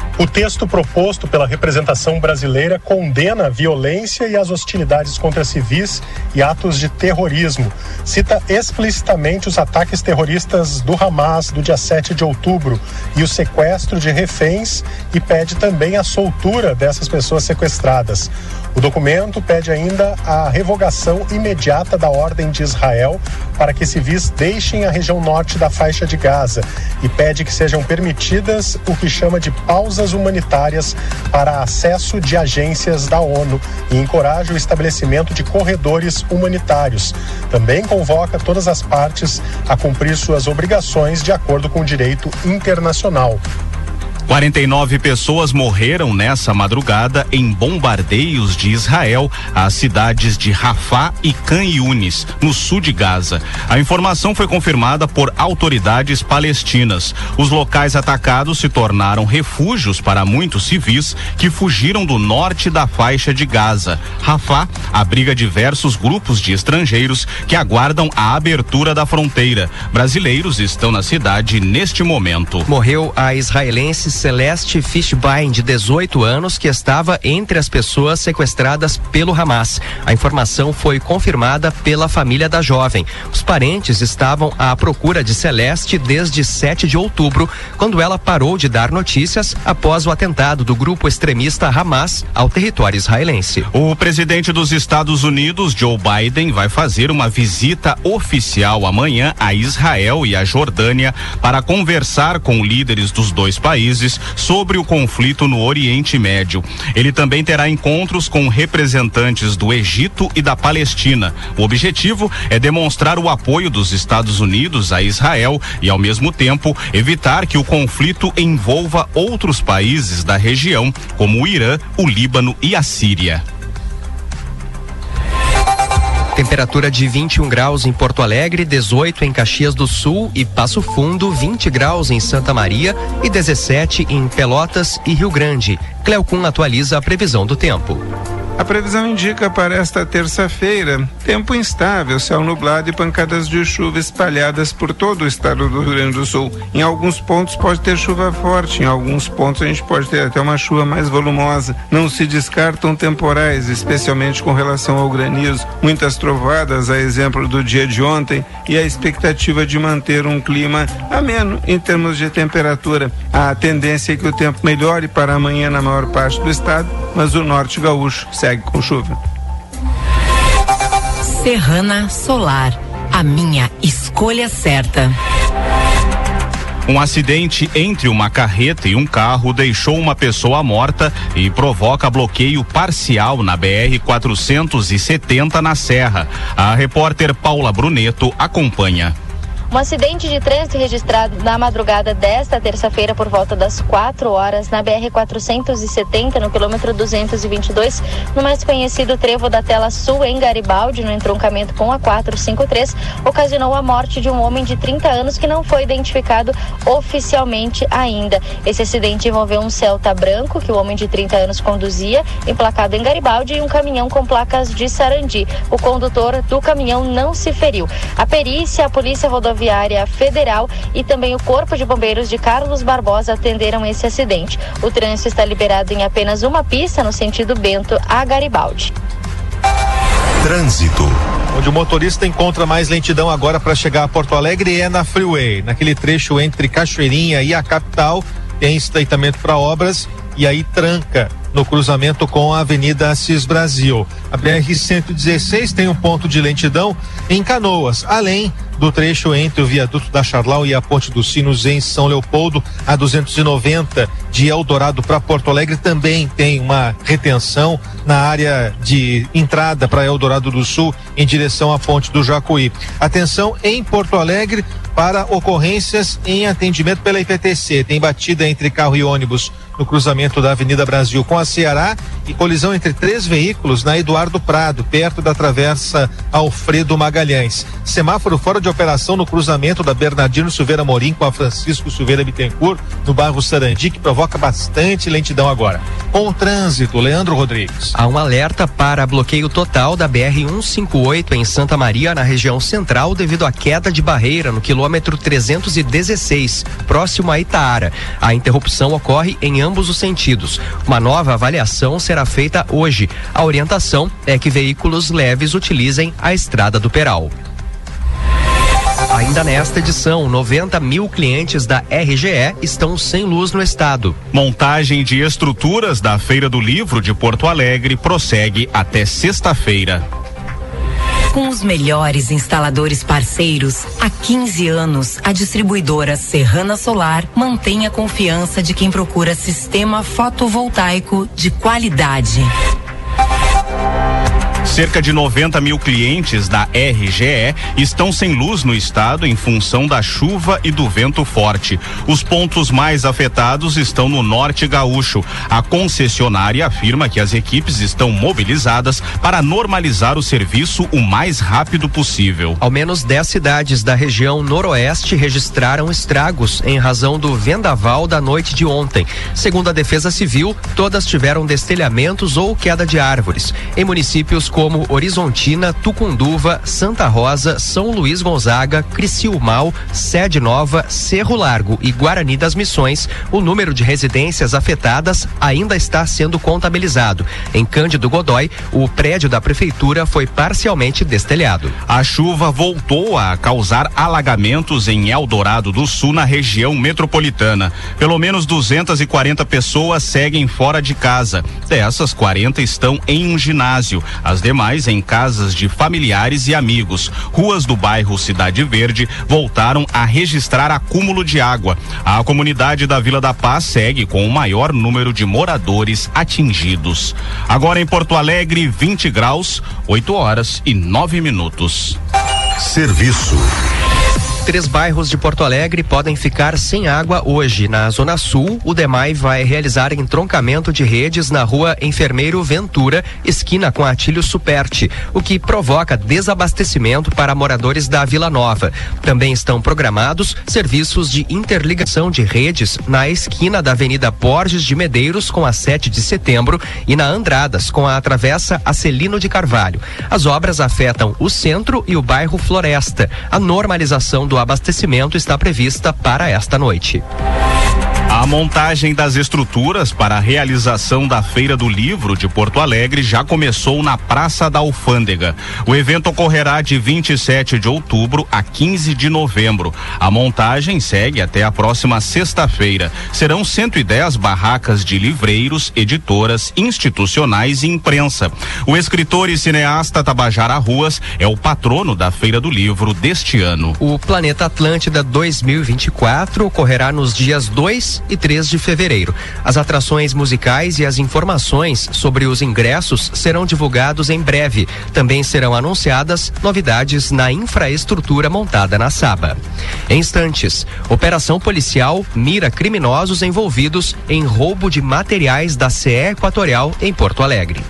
[SPEAKER 10] O texto proposto pela representação brasileira condena a violência e as hostilidades contra civis e atos de terrorismo. Cita explicitamente os ataques terroristas do Hamas do dia sete de outubro e o sequestro de reféns e pede também a soltura dessas pessoas sequestradas. O documento pede ainda a revogação imediata da ordem de Israel para que civis deixem a região norte da faixa de Gaza e pede que sejam permitidas o que chama de pausas humanitárias para acesso de agências da ONU e encoraja o estabelecimento de corredores humanitários. Também convoca todas as partes a cumprir suas obrigações de acordo com o direito internacional.
[SPEAKER 9] quarenta e nove pessoas morreram nessa madrugada em bombardeios de Israel às cidades de Rafah e Khan Yunis, no sul de Gaza. A informação foi confirmada por autoridades palestinas. Os locais atacados se tornaram refúgios para muitos civis que fugiram do norte da faixa de Gaza. Rafah abriga diversos grupos de estrangeiros que aguardam a abertura da fronteira. Brasileiros estão na cidade neste momento.
[SPEAKER 8] Morreu a israelense Celeste Fishbein, de dezoito anos, que estava entre as pessoas sequestradas pelo Hamas. A informação foi confirmada pela família da jovem. Os parentes estavam à procura de Celeste desde sete de outubro, quando ela parou de dar notícias após o atentado do grupo extremista Hamas ao território israelense.
[SPEAKER 9] O presidente dos Estados Unidos, Joe Biden, vai fazer uma visita oficial amanhã a Israel e a Jordânia para conversar com líderes dos dois países sobre o conflito no Oriente Médio. Ele também terá encontros com representantes do Egito e da Palestina. O objetivo é demonstrar o apoio dos Estados Unidos a Israel e, ao mesmo tempo, evitar que o conflito envolva outros países da região, como o Irã, o Líbano e a Síria.
[SPEAKER 8] Temperatura de vinte e um graus em Porto Alegre, dezoito em Caxias do Sul e Passo Fundo, vinte graus em Santa Maria e dezessete em Pelotas e Rio Grande. Cleocum atualiza a previsão do tempo.
[SPEAKER 11] A previsão indica para esta terça-feira tempo instável, céu nublado e pancadas de chuva espalhadas por todo o estado do Rio Grande do Sul. Em alguns pontos pode ter chuva forte, em alguns pontos a gente pode ter até uma chuva mais volumosa. Não se descartam temporais, especialmente com relação ao granizo. Muitas trovadas, a exemplo do dia de ontem, e a expectativa de manter um clima ameno em termos de temperatura. A tendência é que o tempo melhore para amanhã na maior parte do estado, mas o norte gaúcho segue com chuva.
[SPEAKER 12] Serrana Solar, a minha escolha certa.
[SPEAKER 9] Um acidente entre uma carreta e um carro deixou uma pessoa morta e provoca bloqueio parcial na B R quatrocentos e setenta na Serra. A repórter Paula Bruneto acompanha.
[SPEAKER 13] Um acidente de trânsito registrado na madrugada desta terça-feira por volta das quatro horas na B R quatrocentos e setenta, no quilômetro duzentos e vinte e dois, no mais conhecido trevo da Tela Sul, em Garibaldi, no entroncamento com a quatrocentos e cinquenta e três, ocasionou a morte de um homem de trinta anos que não foi identificado oficialmente ainda. Esse acidente envolveu um Celta branco que o homem de trinta anos conduzia, emplacado em Garibaldi, e um caminhão com placas de Sarandi. O condutor do caminhão não se feriu. A perícia, a Polícia Rodoviária Rodoviária Federal e também o Corpo de Bombeiros de Carlos Barbosa atenderam esse acidente. O trânsito está liberado em apenas uma pista no sentido Bento a Garibaldi.
[SPEAKER 14] Trânsito.
[SPEAKER 15] Onde o motorista encontra mais lentidão agora para chegar a Porto Alegre é na Freeway, naquele trecho entre Cachoeirinha e a capital, tem estreitamento para obras e aí tranca no cruzamento com a Avenida Assis Brasil. A B R cento e dezesseis tem um ponto de lentidão em Canoas, além do trecho entre o viaduto da Charlau e a Ponte dos Sinos em São Leopoldo. A duzentos e noventa de Eldorado para Porto Alegre também tem uma retenção na área de entrada para Eldorado do Sul em direção à Ponte do Jacuí. Atenção em Porto Alegre para ocorrências em atendimento pela I P T C. Tem batida entre carro e ônibus no cruzamento da Avenida Brasil com a Ceará e colisão entre três veículos na Eduardo Prado, perto da travessa Alfredo Magalhães. Semáforo fora de operação no cruzamento da Bernardino Silveira Morim com a Francisco Silveira Bittencourt, no bairro Sarandi, que provoca bastante lentidão agora. Com o trânsito, Leandro Rodrigues.
[SPEAKER 8] Há um alerta para bloqueio total da B R cento e cinquenta e oito em Santa Maria, na região central, devido à queda de barreira no quilômetro trezentos e dezesseis, próximo a Itaara. A interrupção ocorre em ambos ambos os sentidos. Uma nova avaliação será feita hoje. A orientação é que veículos leves utilizem a estrada do Peral. Ainda nesta edição, noventa mil clientes da R G E estão sem luz no estado.
[SPEAKER 9] Montagem de estruturas da Feira do Livro de Porto Alegre prossegue até sexta-feira.
[SPEAKER 12] Com os melhores instaladores parceiros, há quinze anos, a distribuidora Serrana Solar mantém a confiança de quem procura sistema fotovoltaico de qualidade.
[SPEAKER 9] Cerca de noventa mil clientes da R G E estão sem luz no estado em função da chuva e do vento forte. Os pontos mais afetados estão no norte gaúcho. A concessionária afirma que as equipes estão mobilizadas para normalizar o serviço o mais rápido possível.
[SPEAKER 8] Ao menos dez cidades da região noroeste registraram estragos em razão do vendaval da noite de ontem. Segundo a Defesa Civil, todas tiveram destelhamentos ou queda de árvores. Em municípios como Horizontina, Tucunduva, Santa Rosa, São Luís Gonzaga, Criciúmal, Sede Nova, Cerro Largo e Guarani das Missões, o número de residências afetadas ainda está sendo contabilizado. Em Cândido Godói, o prédio da prefeitura foi parcialmente destelhado.
[SPEAKER 9] A chuva voltou a causar alagamentos em Eldorado do Sul, na região metropolitana. Pelo menos duzentas e quarenta pessoas seguem fora de casa. Dessas, quarenta estão em um ginásio. As demais em casas de familiares e amigos. Ruas do bairro Cidade Verde voltaram a registrar acúmulo de água. A comunidade da Vila da Paz segue com o maior número de moradores atingidos. Agora em Porto Alegre, vinte graus, oito horas e nove minutos.
[SPEAKER 1] Serviço.
[SPEAKER 8] Três bairros de Porto Alegre podem ficar sem água hoje. Na Zona Sul, o DEMAI vai realizar entroncamento de redes na rua Enfermeiro Ventura, esquina com Atílio Superti, o que provoca desabastecimento para moradores da Vila Nova. Também estão programados serviços de interligação de redes na esquina da Avenida Borges de Medeiros com a sete de setembro e na Andradas com a Travessa Acelino de Carvalho. As obras afetam o centro e o bairro Floresta. A normalização do abastecimento está prevista para esta noite.
[SPEAKER 9] A montagem das estruturas para a realização da Feira do Livro de Porto Alegre já começou na Praça da Alfândega. O evento ocorrerá de vinte e sete de outubro a quinze de novembro. A montagem segue até a próxima sexta-feira. Serão cento e dez barracas de livreiros, editoras, institucionais e imprensa. O escritor e cineasta Tabajara Ruas é o patrono da Feira do Livro deste ano.
[SPEAKER 8] O Planeta Atlântida dois mil e vinte e quatro ocorrerá nos dias dois e três de fevereiro. As atrações musicais e as informações sobre os ingressos serão divulgados em breve. Também serão anunciadas novidades na infraestrutura montada na Saba. Em instantes, operação policial mira criminosos envolvidos em roubo de materiais da C E Equatorial em Porto Alegre.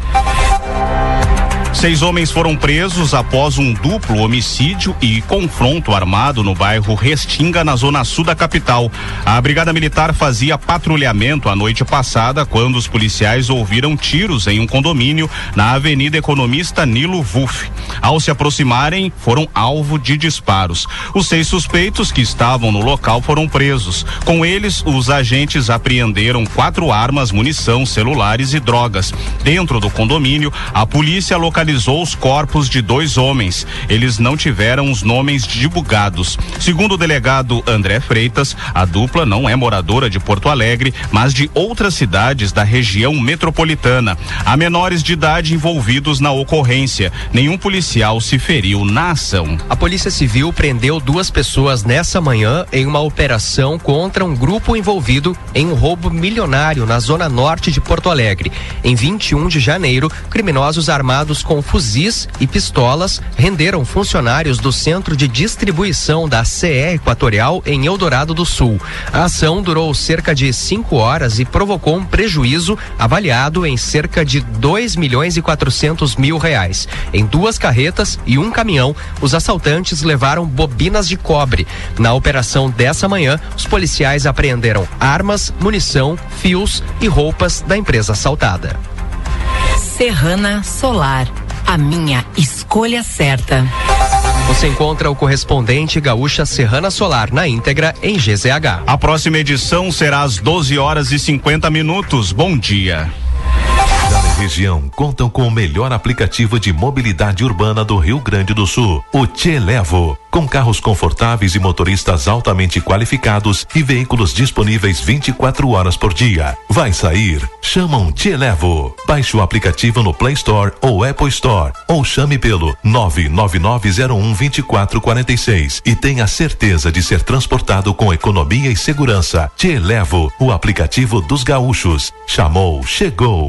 [SPEAKER 9] Seis homens foram presos após um duplo homicídio e confronto armado no bairro Restinga, na zona sul da capital. A Brigada Militar fazia patrulhamento a noite passada quando os policiais ouviram tiros em um condomínio na Avenida Economista Nilo Vuff. Ao se aproximarem, foram alvo de disparos. Os seis suspeitos que estavam no local foram presos. Com eles, os agentes apreenderam quatro armas, munição, celulares e drogas. Dentro do condomínio, a polícia localizou localizou os corpos de dois homens. Eles não tiveram os nomes divulgados. Segundo o delegado André Freitas, a dupla não é moradora de Porto Alegre, mas de outras cidades da região metropolitana. Há menores de idade envolvidos na ocorrência. Nenhum policial se feriu na ação.
[SPEAKER 8] A Polícia Civil prendeu duas pessoas nessa manhã em uma operação contra um grupo envolvido em um roubo milionário na zona norte de Porto Alegre. Em vinte e um de janeiro, criminosos armados com fuzis e pistolas renderam funcionários do centro de distribuição da C E Equatorial em Eldorado do Sul. A ação durou cerca de cinco horas e provocou um prejuízo avaliado em cerca de dois milhões e quatrocentos mil reais. Em duas carretas e um caminhão, os assaltantes levaram bobinas de cobre. Na operação dessa manhã, os policiais apreenderam armas, munição, fios e roupas da empresa assaltada.
[SPEAKER 12] Serrana Solar, a minha escolha certa.
[SPEAKER 8] Você encontra o correspondente Gaúcha Serrana Solar na íntegra em G Z H.
[SPEAKER 9] A próxima edição será às doze horas e cinquenta minutos. Bom dia.
[SPEAKER 14] Região contam com o melhor aplicativo de mobilidade urbana do Rio Grande do Sul, o Te Levo, com carros confortáveis e motoristas altamente qualificados e veículos disponíveis vinte e quatro horas por dia. Vai sair? Chama um Te Levo. Baixe o aplicativo no Play Store ou Apple Store ou chame pelo nove nove nove zero um dois quatro quatro seis e tenha certeza de ser transportado com economia e segurança. Te Levo, o aplicativo dos gaúchos. Chamou, chegou.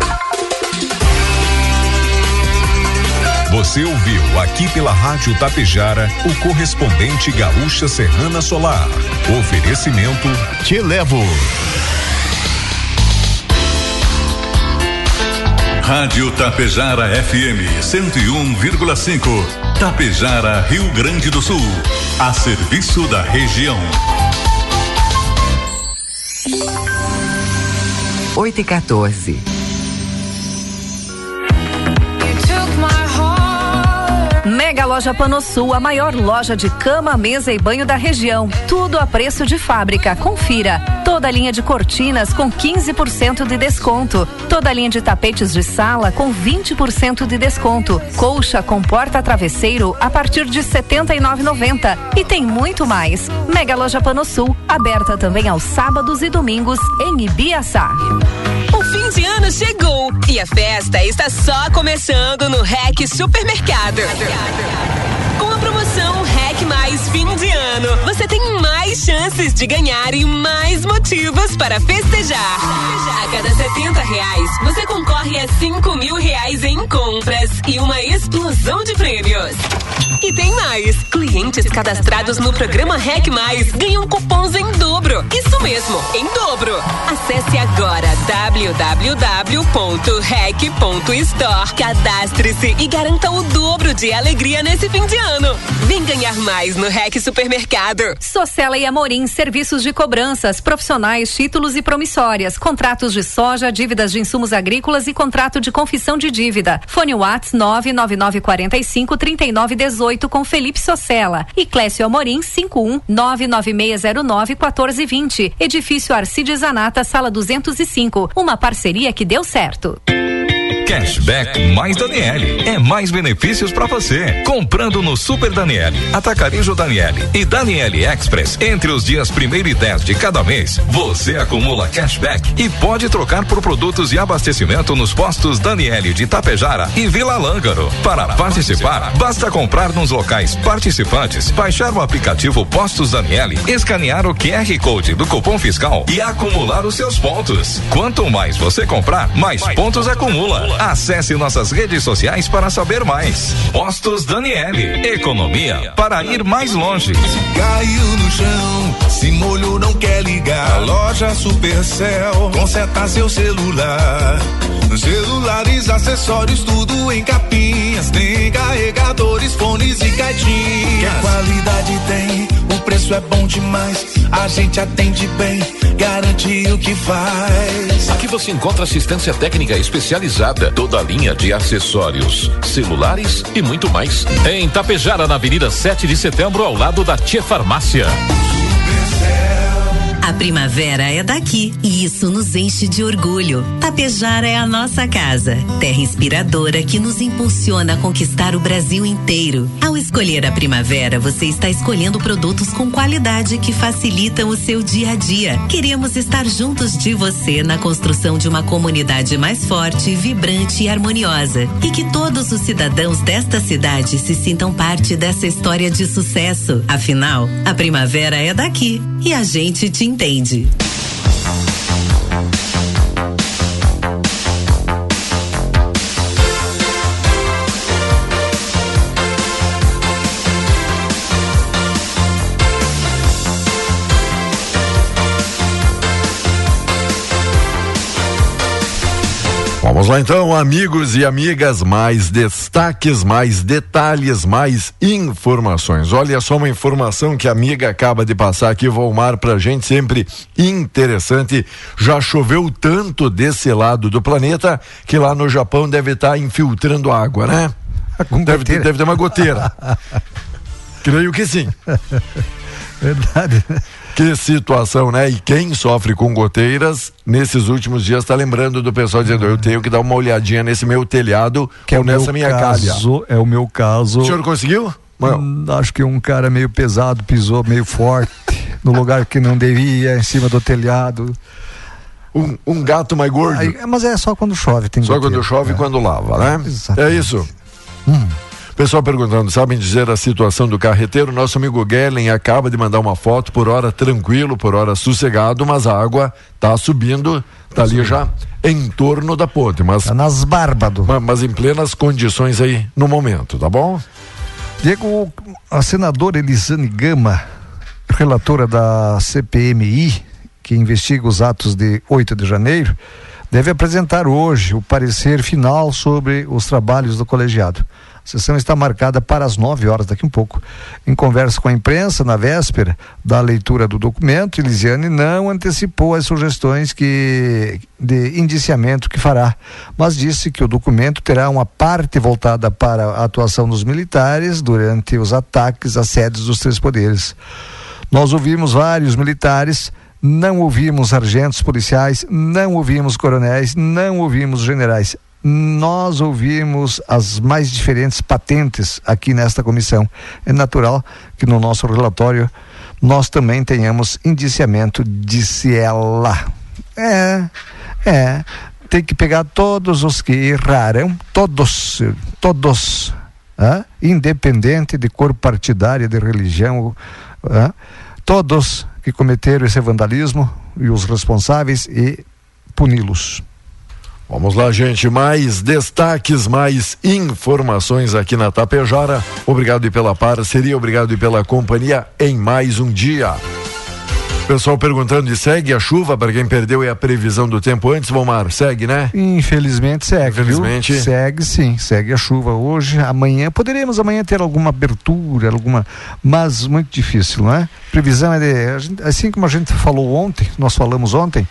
[SPEAKER 1] Você ouviu aqui pela Rádio Tapejara o correspondente Gaúcha Serrana Solar. Oferecimento Te Levo.
[SPEAKER 16] Rádio Tapejara F M cento e um vírgula cinco. Tapejara, Rio Grande do Sul. A serviço da região.
[SPEAKER 17] oito e quatorze.
[SPEAKER 18] Mega Loja Panosul, a maior loja de cama, mesa e banho da região. Tudo a preço de fábrica. Confira. Toda a linha de cortinas com quinze por cento de desconto. Toda a linha de tapetes de sala com vinte por cento de desconto. Colcha com porta-travesseiro a partir de setenta e nove reais e noventa centavos. E tem muito mais. Mega Loja Panosul, aberta também aos sábados e domingos em Ibiaçá.
[SPEAKER 19] O fim de ano chegou e a festa está só começando no REC Supermercado. Com a promoção REC Mais Fim de Ano, você tem mais chances de ganhar e mais motivos para festejar. A cada setenta reais, você concorre a cinco mil reais em compras e uma explosão de prêmios. E tem mais! Clientes cadastrados no programa REC Mais ganham cupons em dobro. Isso mesmo, em dobro. Acesse agora w w w ponto rec ponto store, cadastre-se e garanta o dobro de alegria nesse fim de ano. Vem ganhar mais no REC Supermercado.
[SPEAKER 18] Socela e Amorim, serviços de cobranças, profissionais, títulos e promissórias, contratos de soja, dívidas de insumos agrícolas e contrato de confissão de dívida. Fone Whats nove nove nove quatro cinco três nove um oito com Felipe Socella e Clécio Amorim cinco um nove nove seis zero nove um quatro dois zero. Edifício Arcides Zanata, sala duzentos e cinco. Uma parceria que deu certo.
[SPEAKER 20] Cashback mais Daniele. É mais benefícios para você. Comprando no Super Daniele, Atacarejo Daniele e Daniele Express entre os dias primeiro e dez de cada mês, você acumula cashback e pode trocar por produtos e abastecimento nos postos Daniele de Tapejara e Vila Lângaro. Para participar, basta comprar nos locais participantes, baixar o aplicativo Postos Daniele, escanear o Q R Code do cupom fiscal e acumular os seus pontos. Quanto mais você comprar, mais pontos acumula. Acesse nossas redes sociais para saber mais. Postos Daniele. Economia para ir mais longe.
[SPEAKER 21] Caiu no chão, se molhou, não quer ligar. Loja Supercell, conserta seu celular. Celulares, acessórios, tudo em capinhas. Tem carregadores, fones e caixinhas. Que qualidade tem, o preço é bom demais. A gente atende bem, garante o que faz.
[SPEAKER 22] Aqui você encontra assistência técnica especializada, toda a linha de acessórios, celulares e muito mais. Em Tapejara, na Avenida sete de Setembro, ao lado da Tia Farmácia.
[SPEAKER 12] A primavera é daqui e isso nos enche de orgulho. Tapejara é a nossa casa, terra inspiradora que nos impulsiona a conquistar o Brasil inteiro. Ao escolher a primavera, você está escolhendo produtos com qualidade que facilitam o seu dia a dia. Queremos estar juntos de você na construção de uma comunidade mais forte, vibrante e harmoniosa. E que todos os cidadãos desta cidade se sintam parte dessa história de sucesso. Afinal, a primavera é daqui e a gente te entende.
[SPEAKER 4] Vamos lá então, amigos e amigas, mais destaques, mais detalhes, mais informações. Olha só uma informação que a amiga acaba de passar aqui, Volmar, pra gente, sempre interessante. Já choveu tanto desse lado do planeta que lá no Japão deve estar infiltrando água, né? Deve ter, deve ter uma goteira. Creio que sim.
[SPEAKER 5] Verdade.
[SPEAKER 4] Que situação, né? E quem sofre com goteiras, nesses últimos dias está lembrando do pessoal dizendo, eu tenho que dar uma olhadinha nesse meu telhado
[SPEAKER 5] que
[SPEAKER 4] ou
[SPEAKER 5] é
[SPEAKER 4] nessa minha
[SPEAKER 5] caso,
[SPEAKER 4] calha.
[SPEAKER 5] É o meu caso.
[SPEAKER 4] O senhor conseguiu?
[SPEAKER 5] Hum, acho que um cara meio pesado pisou meio forte no lugar que não devia, em cima do telhado.
[SPEAKER 4] Um, um gato mais gordo.
[SPEAKER 5] Aí, mas é só quando chove. Tem
[SPEAKER 4] só
[SPEAKER 5] goteiro,
[SPEAKER 4] quando chove e
[SPEAKER 5] é.
[SPEAKER 4] quando lava, né?
[SPEAKER 5] Exatamente.
[SPEAKER 4] É isso.
[SPEAKER 5] Hum.
[SPEAKER 4] Pessoal perguntando, sabem dizer a situação do carreteiro? Nosso amigo Gellen acaba de mandar uma foto, por hora tranquilo, por hora sossegado, mas a água tá subindo, tá ali já em torno da ponte, mas
[SPEAKER 5] tá nas bárbadas.
[SPEAKER 4] Mas, mas em plenas condições aí no momento, tá bom?
[SPEAKER 5] Diego, a senadora Elisane Gama, relatora da C P M I, que investiga os atos de oito de janeiro, deve apresentar hoje o parecer final sobre os trabalhos do colegiado. A sessão está marcada para as nove horas, daqui um pouco. Em conversa com a imprensa, na véspera da leitura do documento, Elisiane não antecipou as sugestões que, de indiciamento que fará, mas disse que o documento terá uma parte voltada para a atuação dos militares durante os ataques às sedes dos três poderes. Nós ouvimos vários militares, não ouvimos sargentos policiais, não ouvimos coronéis, não ouvimos generais. Nós ouvimos as mais diferentes patentes aqui nesta comissão. É natural que no nosso relatório nós também tenhamos indiciamento, disse ela. É, é, tem que pegar todos os que erraram, todos, todos, ah, independente de cor partidária, de religião, ah, todos que cometeram esse vandalismo e os responsáveis e puni-los.
[SPEAKER 4] Vamos lá, gente, mais destaques, mais informações aqui na Tapejara. Obrigado e pela parceria, obrigado e pela companhia em mais um dia. Pessoal perguntando e segue a chuva, para quem perdeu é a previsão do tempo antes, Vomar, segue, né?
[SPEAKER 5] Infelizmente segue,
[SPEAKER 4] Infelizmente.
[SPEAKER 5] Viu? Segue sim, segue a chuva hoje, amanhã, poderemos amanhã ter alguma abertura, alguma, mas muito difícil, não é? Previsão é de, assim como a gente falou ontem, nós falamos ontem,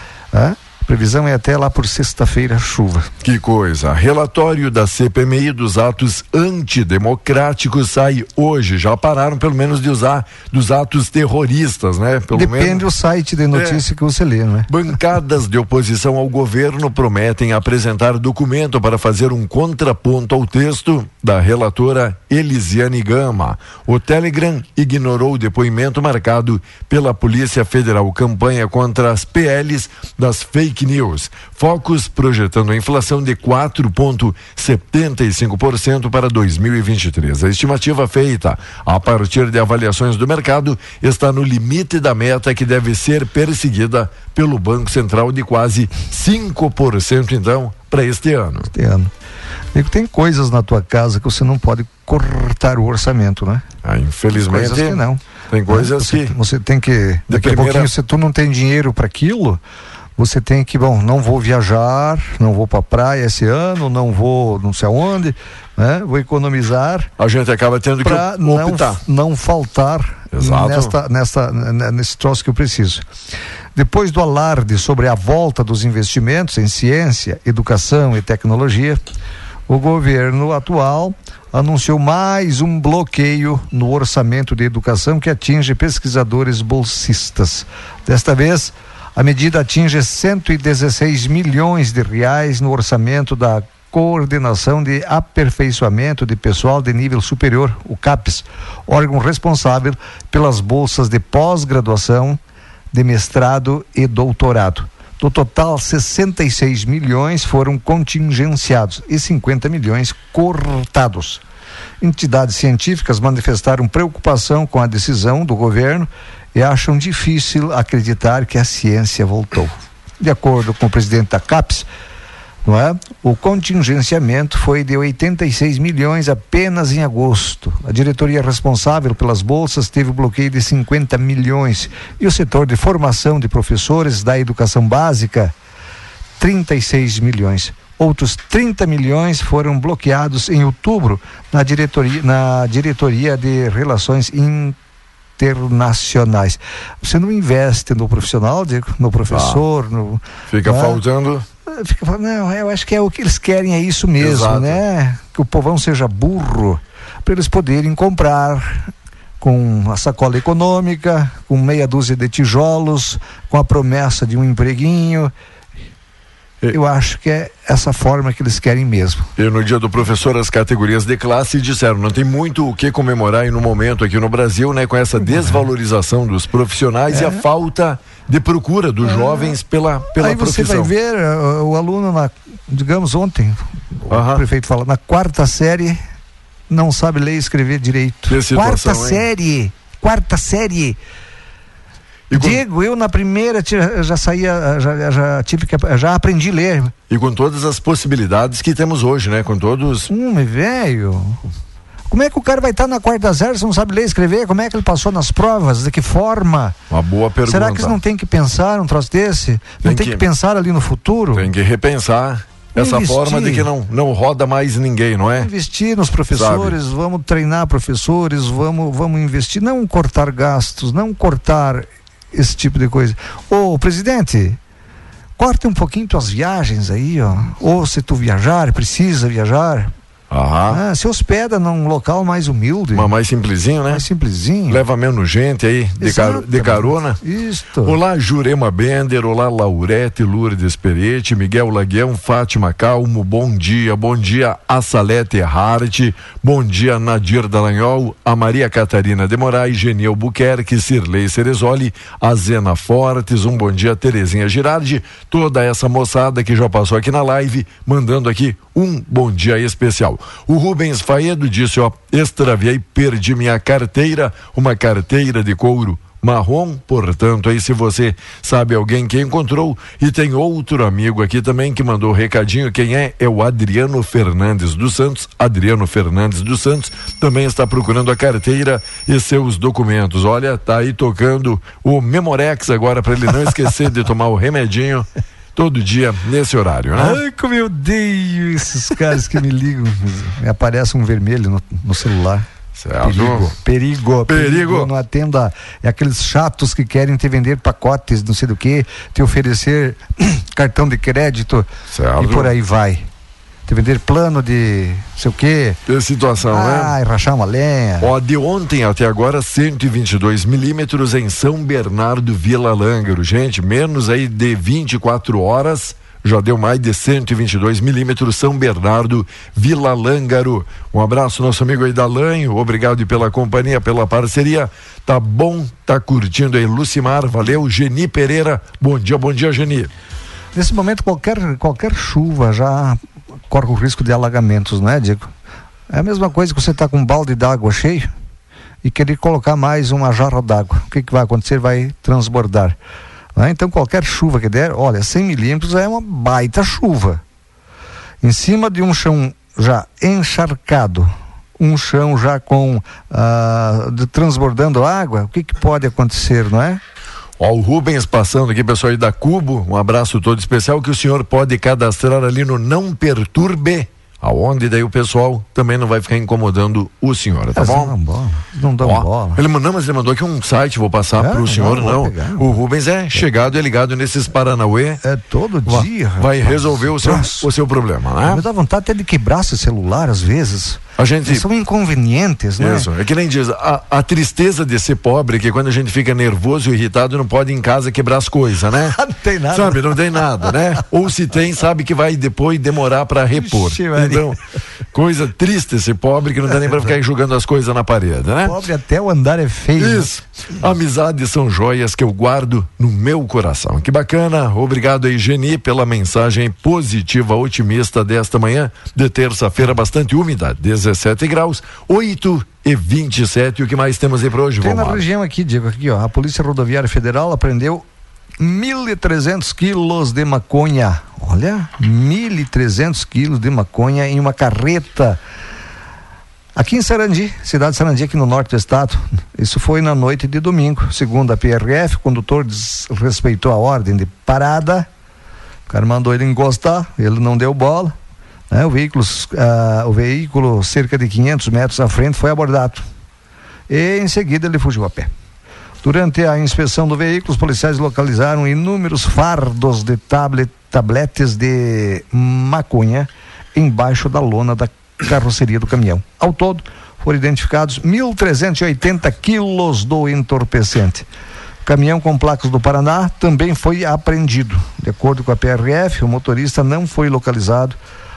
[SPEAKER 5] é? Previsão é até lá por sexta-feira chuva.
[SPEAKER 4] Que coisa. Relatório da C P M I dos atos antidemocráticos sai hoje. Já pararam pelo menos de usar dos atos terroristas, né? Pelo
[SPEAKER 5] Depende
[SPEAKER 4] menos.
[SPEAKER 5] do site de notícia é. que você lê, não é?
[SPEAKER 4] Bancadas de oposição ao governo prometem apresentar documento para fazer um contraponto ao texto da relatora Elisiane Gama. O Telegram ignorou o depoimento marcado pela Polícia Federal. Campanha contra as P Ls das fake news. Focus projetando a inflação de quatro vírgula setenta e cinco por cento para dois mil e vinte e três. A estimativa feita a partir de avaliações do mercado está no limite da meta que deve ser perseguida pelo Banco Central de quase cinco por cento então para este ano.
[SPEAKER 5] Este ano. Tem coisas na tua casa que você não pode cortar o orçamento, né?
[SPEAKER 4] Ah, infelizmente.
[SPEAKER 5] Tem coisas que não.
[SPEAKER 4] Tem coisas
[SPEAKER 5] você,
[SPEAKER 4] que
[SPEAKER 5] você tem que daqui a
[SPEAKER 4] primeira...
[SPEAKER 5] pouquinho, se tu não tem dinheiro para aquilo, você tem que, bom, não vou viajar, não vou pra praia esse ano, não vou não sei aonde, né? Vou economizar.
[SPEAKER 4] A gente acaba tendo que optar.
[SPEAKER 5] Não, não faltar
[SPEAKER 4] Exato.
[SPEAKER 5] nesta, nesta, nesse troço que eu preciso. Depois do alarde sobre a volta dos investimentos em ciência, educação e tecnologia, o governo atual anunciou mais um bloqueio no orçamento de educação que atinge pesquisadores bolsistas. Desta vez, a medida atinge cento e dezesseis milhões de reais no orçamento da Coordenação de Aperfeiçoamento de Pessoal de Nível Superior, o CAPES, órgão responsável pelas bolsas de pós-graduação, de mestrado e doutorado. Do total, sessenta e seis milhões foram contingenciados e cinquenta milhões cortados. Entidades científicas manifestaram preocupação com a decisão do governo e acham difícil acreditar que a ciência voltou. De acordo com o presidente da CAPES, não é? O contingenciamento foi de oitenta e seis milhões apenas em agosto. A diretoria responsável pelas bolsas teve bloqueio de cinquenta milhões e o setor de formação de professores da educação básica, trinta e seis milhões. Outros trinta milhões foram bloqueados em outubro na diretoria, na diretoria de Relações Internacionais. Você não investe no profissional, Diego, no professor, ah, no,
[SPEAKER 4] fica né? faltando.
[SPEAKER 5] Fica falando, não, eu acho que é o que eles querem, é isso mesmo, Exato. né? Que o povão seja burro, para eles poderem comprar com a sacola econômica, com meia dúzia de tijolos, com a promessa de um empreguinho. Eu acho que é essa forma que eles querem mesmo.
[SPEAKER 4] E no dia do professor, as categorias de classe disseram, não tem muito o que comemorar aí no momento aqui no Brasil, né? Com essa desvalorização dos profissionais é. e a falta de procura dos é. jovens pela, pela
[SPEAKER 5] aí
[SPEAKER 4] profissão.
[SPEAKER 5] Aí você vai ver uh, o aluno, na, digamos ontem,
[SPEAKER 4] Aham.
[SPEAKER 5] o prefeito fala, na quarta série não sabe ler e escrever direito. Quarta
[SPEAKER 4] hein?
[SPEAKER 5] série, quarta série. E Diego, com... eu na primeira já saía, já, já tive que, já aprendi a ler.
[SPEAKER 4] E com todas as possibilidades que temos hoje, né? Com todos.
[SPEAKER 5] Hum, velho. Como é que o cara vai estar na quarta série se não sabe ler e escrever? Como é que ele passou nas provas? De que forma?
[SPEAKER 4] Uma boa pergunta.
[SPEAKER 5] Será que eles não tem que pensar um troço desse? Não tem, tem que... que pensar ali no futuro?
[SPEAKER 4] Tem que repensar. Essa investir. Forma de que não, não roda mais ninguém, não é?
[SPEAKER 5] Investir nos professores, Sabe? vamos treinar professores, vamos, vamos investir, não cortar gastos, não cortar esse tipo de coisa. Ô, presidente, corta um pouquinho tuas viagens aí, ó. Ou se tu viajar, precisa viajar,
[SPEAKER 4] Aham.
[SPEAKER 5] Ah, se hospeda num local mais humilde.
[SPEAKER 4] Mas mais simplesinho, né?
[SPEAKER 5] Mais simplesinho.
[SPEAKER 4] Leva menos gente aí, de, car de carona.
[SPEAKER 5] Isto.
[SPEAKER 4] Olá, Jurema Bender, olá, Laurete Lourdes Peretti, Miguel Laguião, Fátima Calmo, bom dia, bom dia, a Salete Hart, bom dia, Nadir Dallagnol, a Maria Catarina de Moraes, Geniel Buquerque, Cirlei Cerezoli, a Zena Fortes, um bom dia, Terezinha Girardi, toda essa moçada que já passou aqui na live, mandando aqui um bom dia especial. O Rubens Faedo disse, ó, extraviei, perdi minha carteira, uma carteira de couro marrom, portanto, aí se você sabe alguém que encontrou, e tem outro amigo aqui também que mandou um recadinho, quem é? É o Adriano Fernandes dos Santos, Adriano Fernandes dos Santos, também está procurando a carteira e seus documentos, olha, tá aí tocando o Memorex agora para ele não esquecer de tomar o remedinho todo dia nesse horário, né?
[SPEAKER 5] Ai, como eu odeio esses caras que me ligam, me aparece um vermelho no, no celular.
[SPEAKER 4] Certo.
[SPEAKER 5] Perigo, perigo,
[SPEAKER 4] perigo. Perigo.
[SPEAKER 5] Não atenda, é aqueles chatos que querem te vender pacotes, não sei do que, te oferecer cartão de crédito, certo. E por aí vai. Te vender plano de não sei o que.
[SPEAKER 4] Que situação, ah, né?
[SPEAKER 5] Ah, e rachar uma lenha.
[SPEAKER 4] Ó, de ontem até agora, cento e vinte e dois milímetros em São Bernardo, Vila Lângaro. Gente, menos aí de vinte e quatro horas, já deu mais de cento e vinte e dois milímetros, São Bernardo, Vila Lângaro. Um abraço, nosso amigo aí da Lanho, obrigado pela companhia, pela parceria. Tá bom, tá curtindo aí, Lucimar, valeu. Geni Pereira, bom dia, bom dia, Geni.
[SPEAKER 5] Nesse momento, qualquer, qualquer chuva já corre o risco de alagamentos, não é, Diego? É a mesma coisa que você tá com um balde d'água cheio e querer colocar mais uma jarra d'água. O que que vai acontecer? Vai transbordar. Ah, então qualquer chuva que der, olha, cem milímetros é uma baita chuva. Em cima de um chão já encharcado, um chão já com ah, de, transbordando água, o que que pode acontecer, não é?
[SPEAKER 4] Ó, o Rubens passando aqui, pessoal aí da Cubo, um abraço todo especial, que o senhor pode cadastrar ali no Não Perturbe, aonde daí o pessoal também não vai ficar incomodando o senhor, tá
[SPEAKER 5] é,
[SPEAKER 4] bom?
[SPEAKER 5] Não, bola. não dá bola.
[SPEAKER 4] Ele mandou, mas ele mandou aqui um site, vou passar é, pro senhor, não. não. Pegar, o Rubens é, é chegado e ligado nesses Paranauê.
[SPEAKER 5] É todo
[SPEAKER 4] vai,
[SPEAKER 5] dia.
[SPEAKER 4] Vai resolver o seu, o seu problema, né?
[SPEAKER 5] Me dá vontade até de quebrar esse celular às vezes.
[SPEAKER 4] A gente...
[SPEAKER 5] São inconvenientes, né?
[SPEAKER 4] Isso, é que nem diz, a, a tristeza de ser pobre, que quando a gente fica nervoso e irritado, não pode ir em casa quebrar as coisas, né?
[SPEAKER 5] Não tem nada.
[SPEAKER 4] Sabe, não tem nada, né? Ou se tem, sabe que vai depois demorar para repor. Ixi, então, coisa triste esse pobre, que não dá nem pra ficar jogando as coisas na parede, né?
[SPEAKER 5] Pobre até o andar é feio.
[SPEAKER 4] Isso. Amizades são joias que eu guardo no meu coração. Que bacana. Obrigado aí, Geni, pela mensagem positiva, otimista desta manhã de terça-feira, bastante úmida, dezessete graus, oito e vinte e sete. O que mais temos aí para hoje?
[SPEAKER 5] Tem na região aqui, Diego, aqui, ó, a Polícia Rodoviária Federal apreendeu mil e trezentos quilos de maconha. Olha, mil e trezentos quilos de maconha em uma carreta aqui em Sarandi, cidade de Sarandi, aqui no norte do estado. Isso foi na noite de domingo. Segundo a P R F, o condutor desrespeitou a ordem de parada. O cara mandou ele encostar, ele não deu bola. Né? O veículo, uh, o veículo, cerca de quinhentos metros à frente, foi abordado. E em seguida ele fugiu a pé. Durante a inspeção do veículo, os policiais localizaram inúmeros fardos de tablet, tabletes de maconha embaixo da lona da carroceria do caminhão. Ao todo, foram identificados mil trezentos e oitenta quilos do entorpecente. O caminhão com placas do Paraná também foi apreendido. De acordo com a P R F, o motorista não foi localizado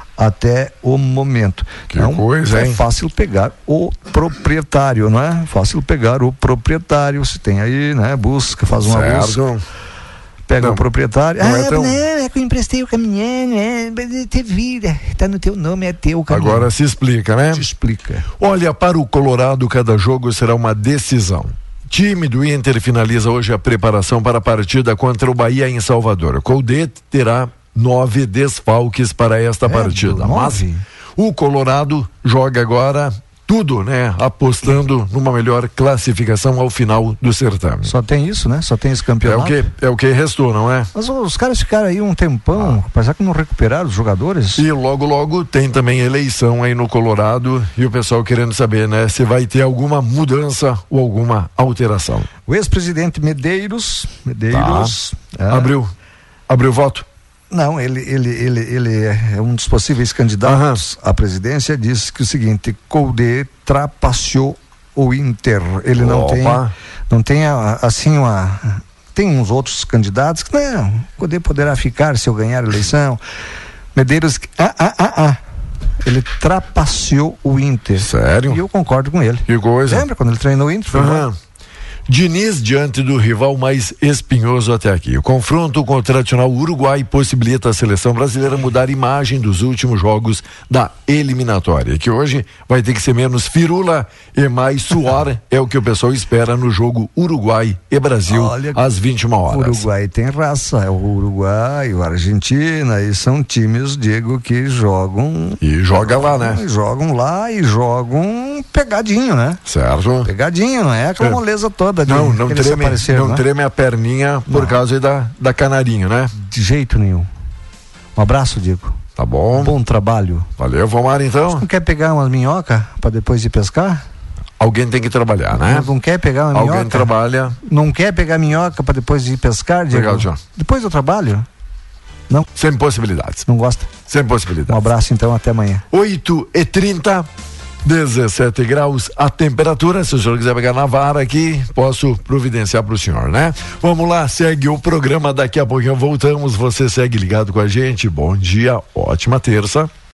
[SPEAKER 5] até o momento.
[SPEAKER 4] Que
[SPEAKER 5] não
[SPEAKER 4] coisa,
[SPEAKER 5] é
[SPEAKER 4] hein?
[SPEAKER 5] fácil pegar o proprietário, não é? Fácil pegar o proprietário. Se tem aí, né? Busca, faz uma
[SPEAKER 4] Certo.
[SPEAKER 5] busca. Pega
[SPEAKER 4] Não,
[SPEAKER 5] o proprietário.
[SPEAKER 4] não
[SPEAKER 5] ah,
[SPEAKER 4] é tão-
[SPEAKER 5] não, é que eu emprestei o caminhão, é, te vira, tá no teu nome, é teu o caminhão.
[SPEAKER 4] Agora se explica, né?
[SPEAKER 5] Se explica.
[SPEAKER 4] Olha, para o Colorado, cada jogo será uma decisão. Time do Inter finaliza hoje a preparação para a partida contra o Bahia em Salvador. Coudet terá nove desfalques para esta
[SPEAKER 5] É,
[SPEAKER 4] partida. Mas
[SPEAKER 5] nove?
[SPEAKER 4] o Colorado joga agora tudo, né? Apostando numa melhor classificação ao final do certame.
[SPEAKER 5] Só tem isso, né? Só tem esse
[SPEAKER 4] É o
[SPEAKER 5] campeonato.
[SPEAKER 4] que, é o que restou, não é?
[SPEAKER 5] Mas os caras ficaram aí um tempão, apesar que não recuperaram os jogadores.
[SPEAKER 4] E logo, logo tem também eleição aí no Colorado e o pessoal querendo saber, né, se vai ter alguma mudança ou alguma alteração.
[SPEAKER 5] O ex-presidente Medeiros, Medeiros,
[SPEAKER 4] Tá.
[SPEAKER 5] é,
[SPEAKER 4] Abriu, abriu voto?
[SPEAKER 5] não, ele, ele, ele, ele é um dos possíveis candidatos à presidência, disse que o seguinte, Coudet trapaceou o Inter. Ele não
[SPEAKER 4] Opa.
[SPEAKER 5] tem, não tem a- assim uma, tem uns outros candidatos que não, Coudet poderá ficar se eu ganhar a eleição. Medeiros, ah, ah, ah, ah. Ele trapaceou o Inter.
[SPEAKER 4] Sério?
[SPEAKER 5] E eu concordo com ele.
[SPEAKER 4] Que coisa.
[SPEAKER 5] Lembra quando ele treinou o Inter? Foi
[SPEAKER 4] Aham.
[SPEAKER 5] bom.
[SPEAKER 4] Diniz diante do rival mais espinhoso até aqui. O confronto com o tradicional Uruguai possibilita a seleção brasileira mudar a imagem dos últimos jogos da eliminatória, que hoje vai ter que ser menos firula e mais suor, é o que o pessoal espera no jogo Uruguai e Brasil,
[SPEAKER 5] Olha,
[SPEAKER 4] às vinte e uma
[SPEAKER 5] O
[SPEAKER 4] horas.
[SPEAKER 5] Uruguai tem raça, é o Uruguai, o Argentina, e são times, Diego, que jogam.
[SPEAKER 4] E joga lá, né?
[SPEAKER 5] Jogam lá e jogam pegadinho, né?
[SPEAKER 4] Certo?
[SPEAKER 5] Pegadinho, não é aquela
[SPEAKER 4] É.
[SPEAKER 5] moleza toda de
[SPEAKER 4] Não, não
[SPEAKER 5] querer se
[SPEAKER 4] treme,
[SPEAKER 5] aparecer,
[SPEAKER 4] não
[SPEAKER 5] né?
[SPEAKER 4] treme a perninha por
[SPEAKER 5] Não.
[SPEAKER 4] causa aí da, da canarinho, né?
[SPEAKER 5] De jeito nenhum. Um abraço, Diego.
[SPEAKER 4] Tá bom.
[SPEAKER 5] Bom trabalho.
[SPEAKER 4] Valeu, Vomar, então.
[SPEAKER 5] Não quer pegar umas minhoca para depois ir pescar?
[SPEAKER 4] Alguém tem que trabalhar, né?
[SPEAKER 5] Não quer pegar uma
[SPEAKER 4] Alguém
[SPEAKER 5] minhoca?
[SPEAKER 4] trabalha.
[SPEAKER 5] Não quer pegar minhoca para depois ir pescar, Diego?
[SPEAKER 4] Obrigado, João.
[SPEAKER 5] Depois do trabalho? Não?
[SPEAKER 4] Sem possibilidades.
[SPEAKER 5] Não gosta?
[SPEAKER 4] Sem possibilidades.
[SPEAKER 5] Um abraço, então, até amanhã.
[SPEAKER 4] oito e trinta, dezessete graus a temperatura. Se o senhor quiser pegar na vara aqui, posso providenciar para o senhor, né? Vamos lá, segue o programa. Daqui a pouquinho voltamos. Você segue ligado com a gente. Bom dia, ótima terça.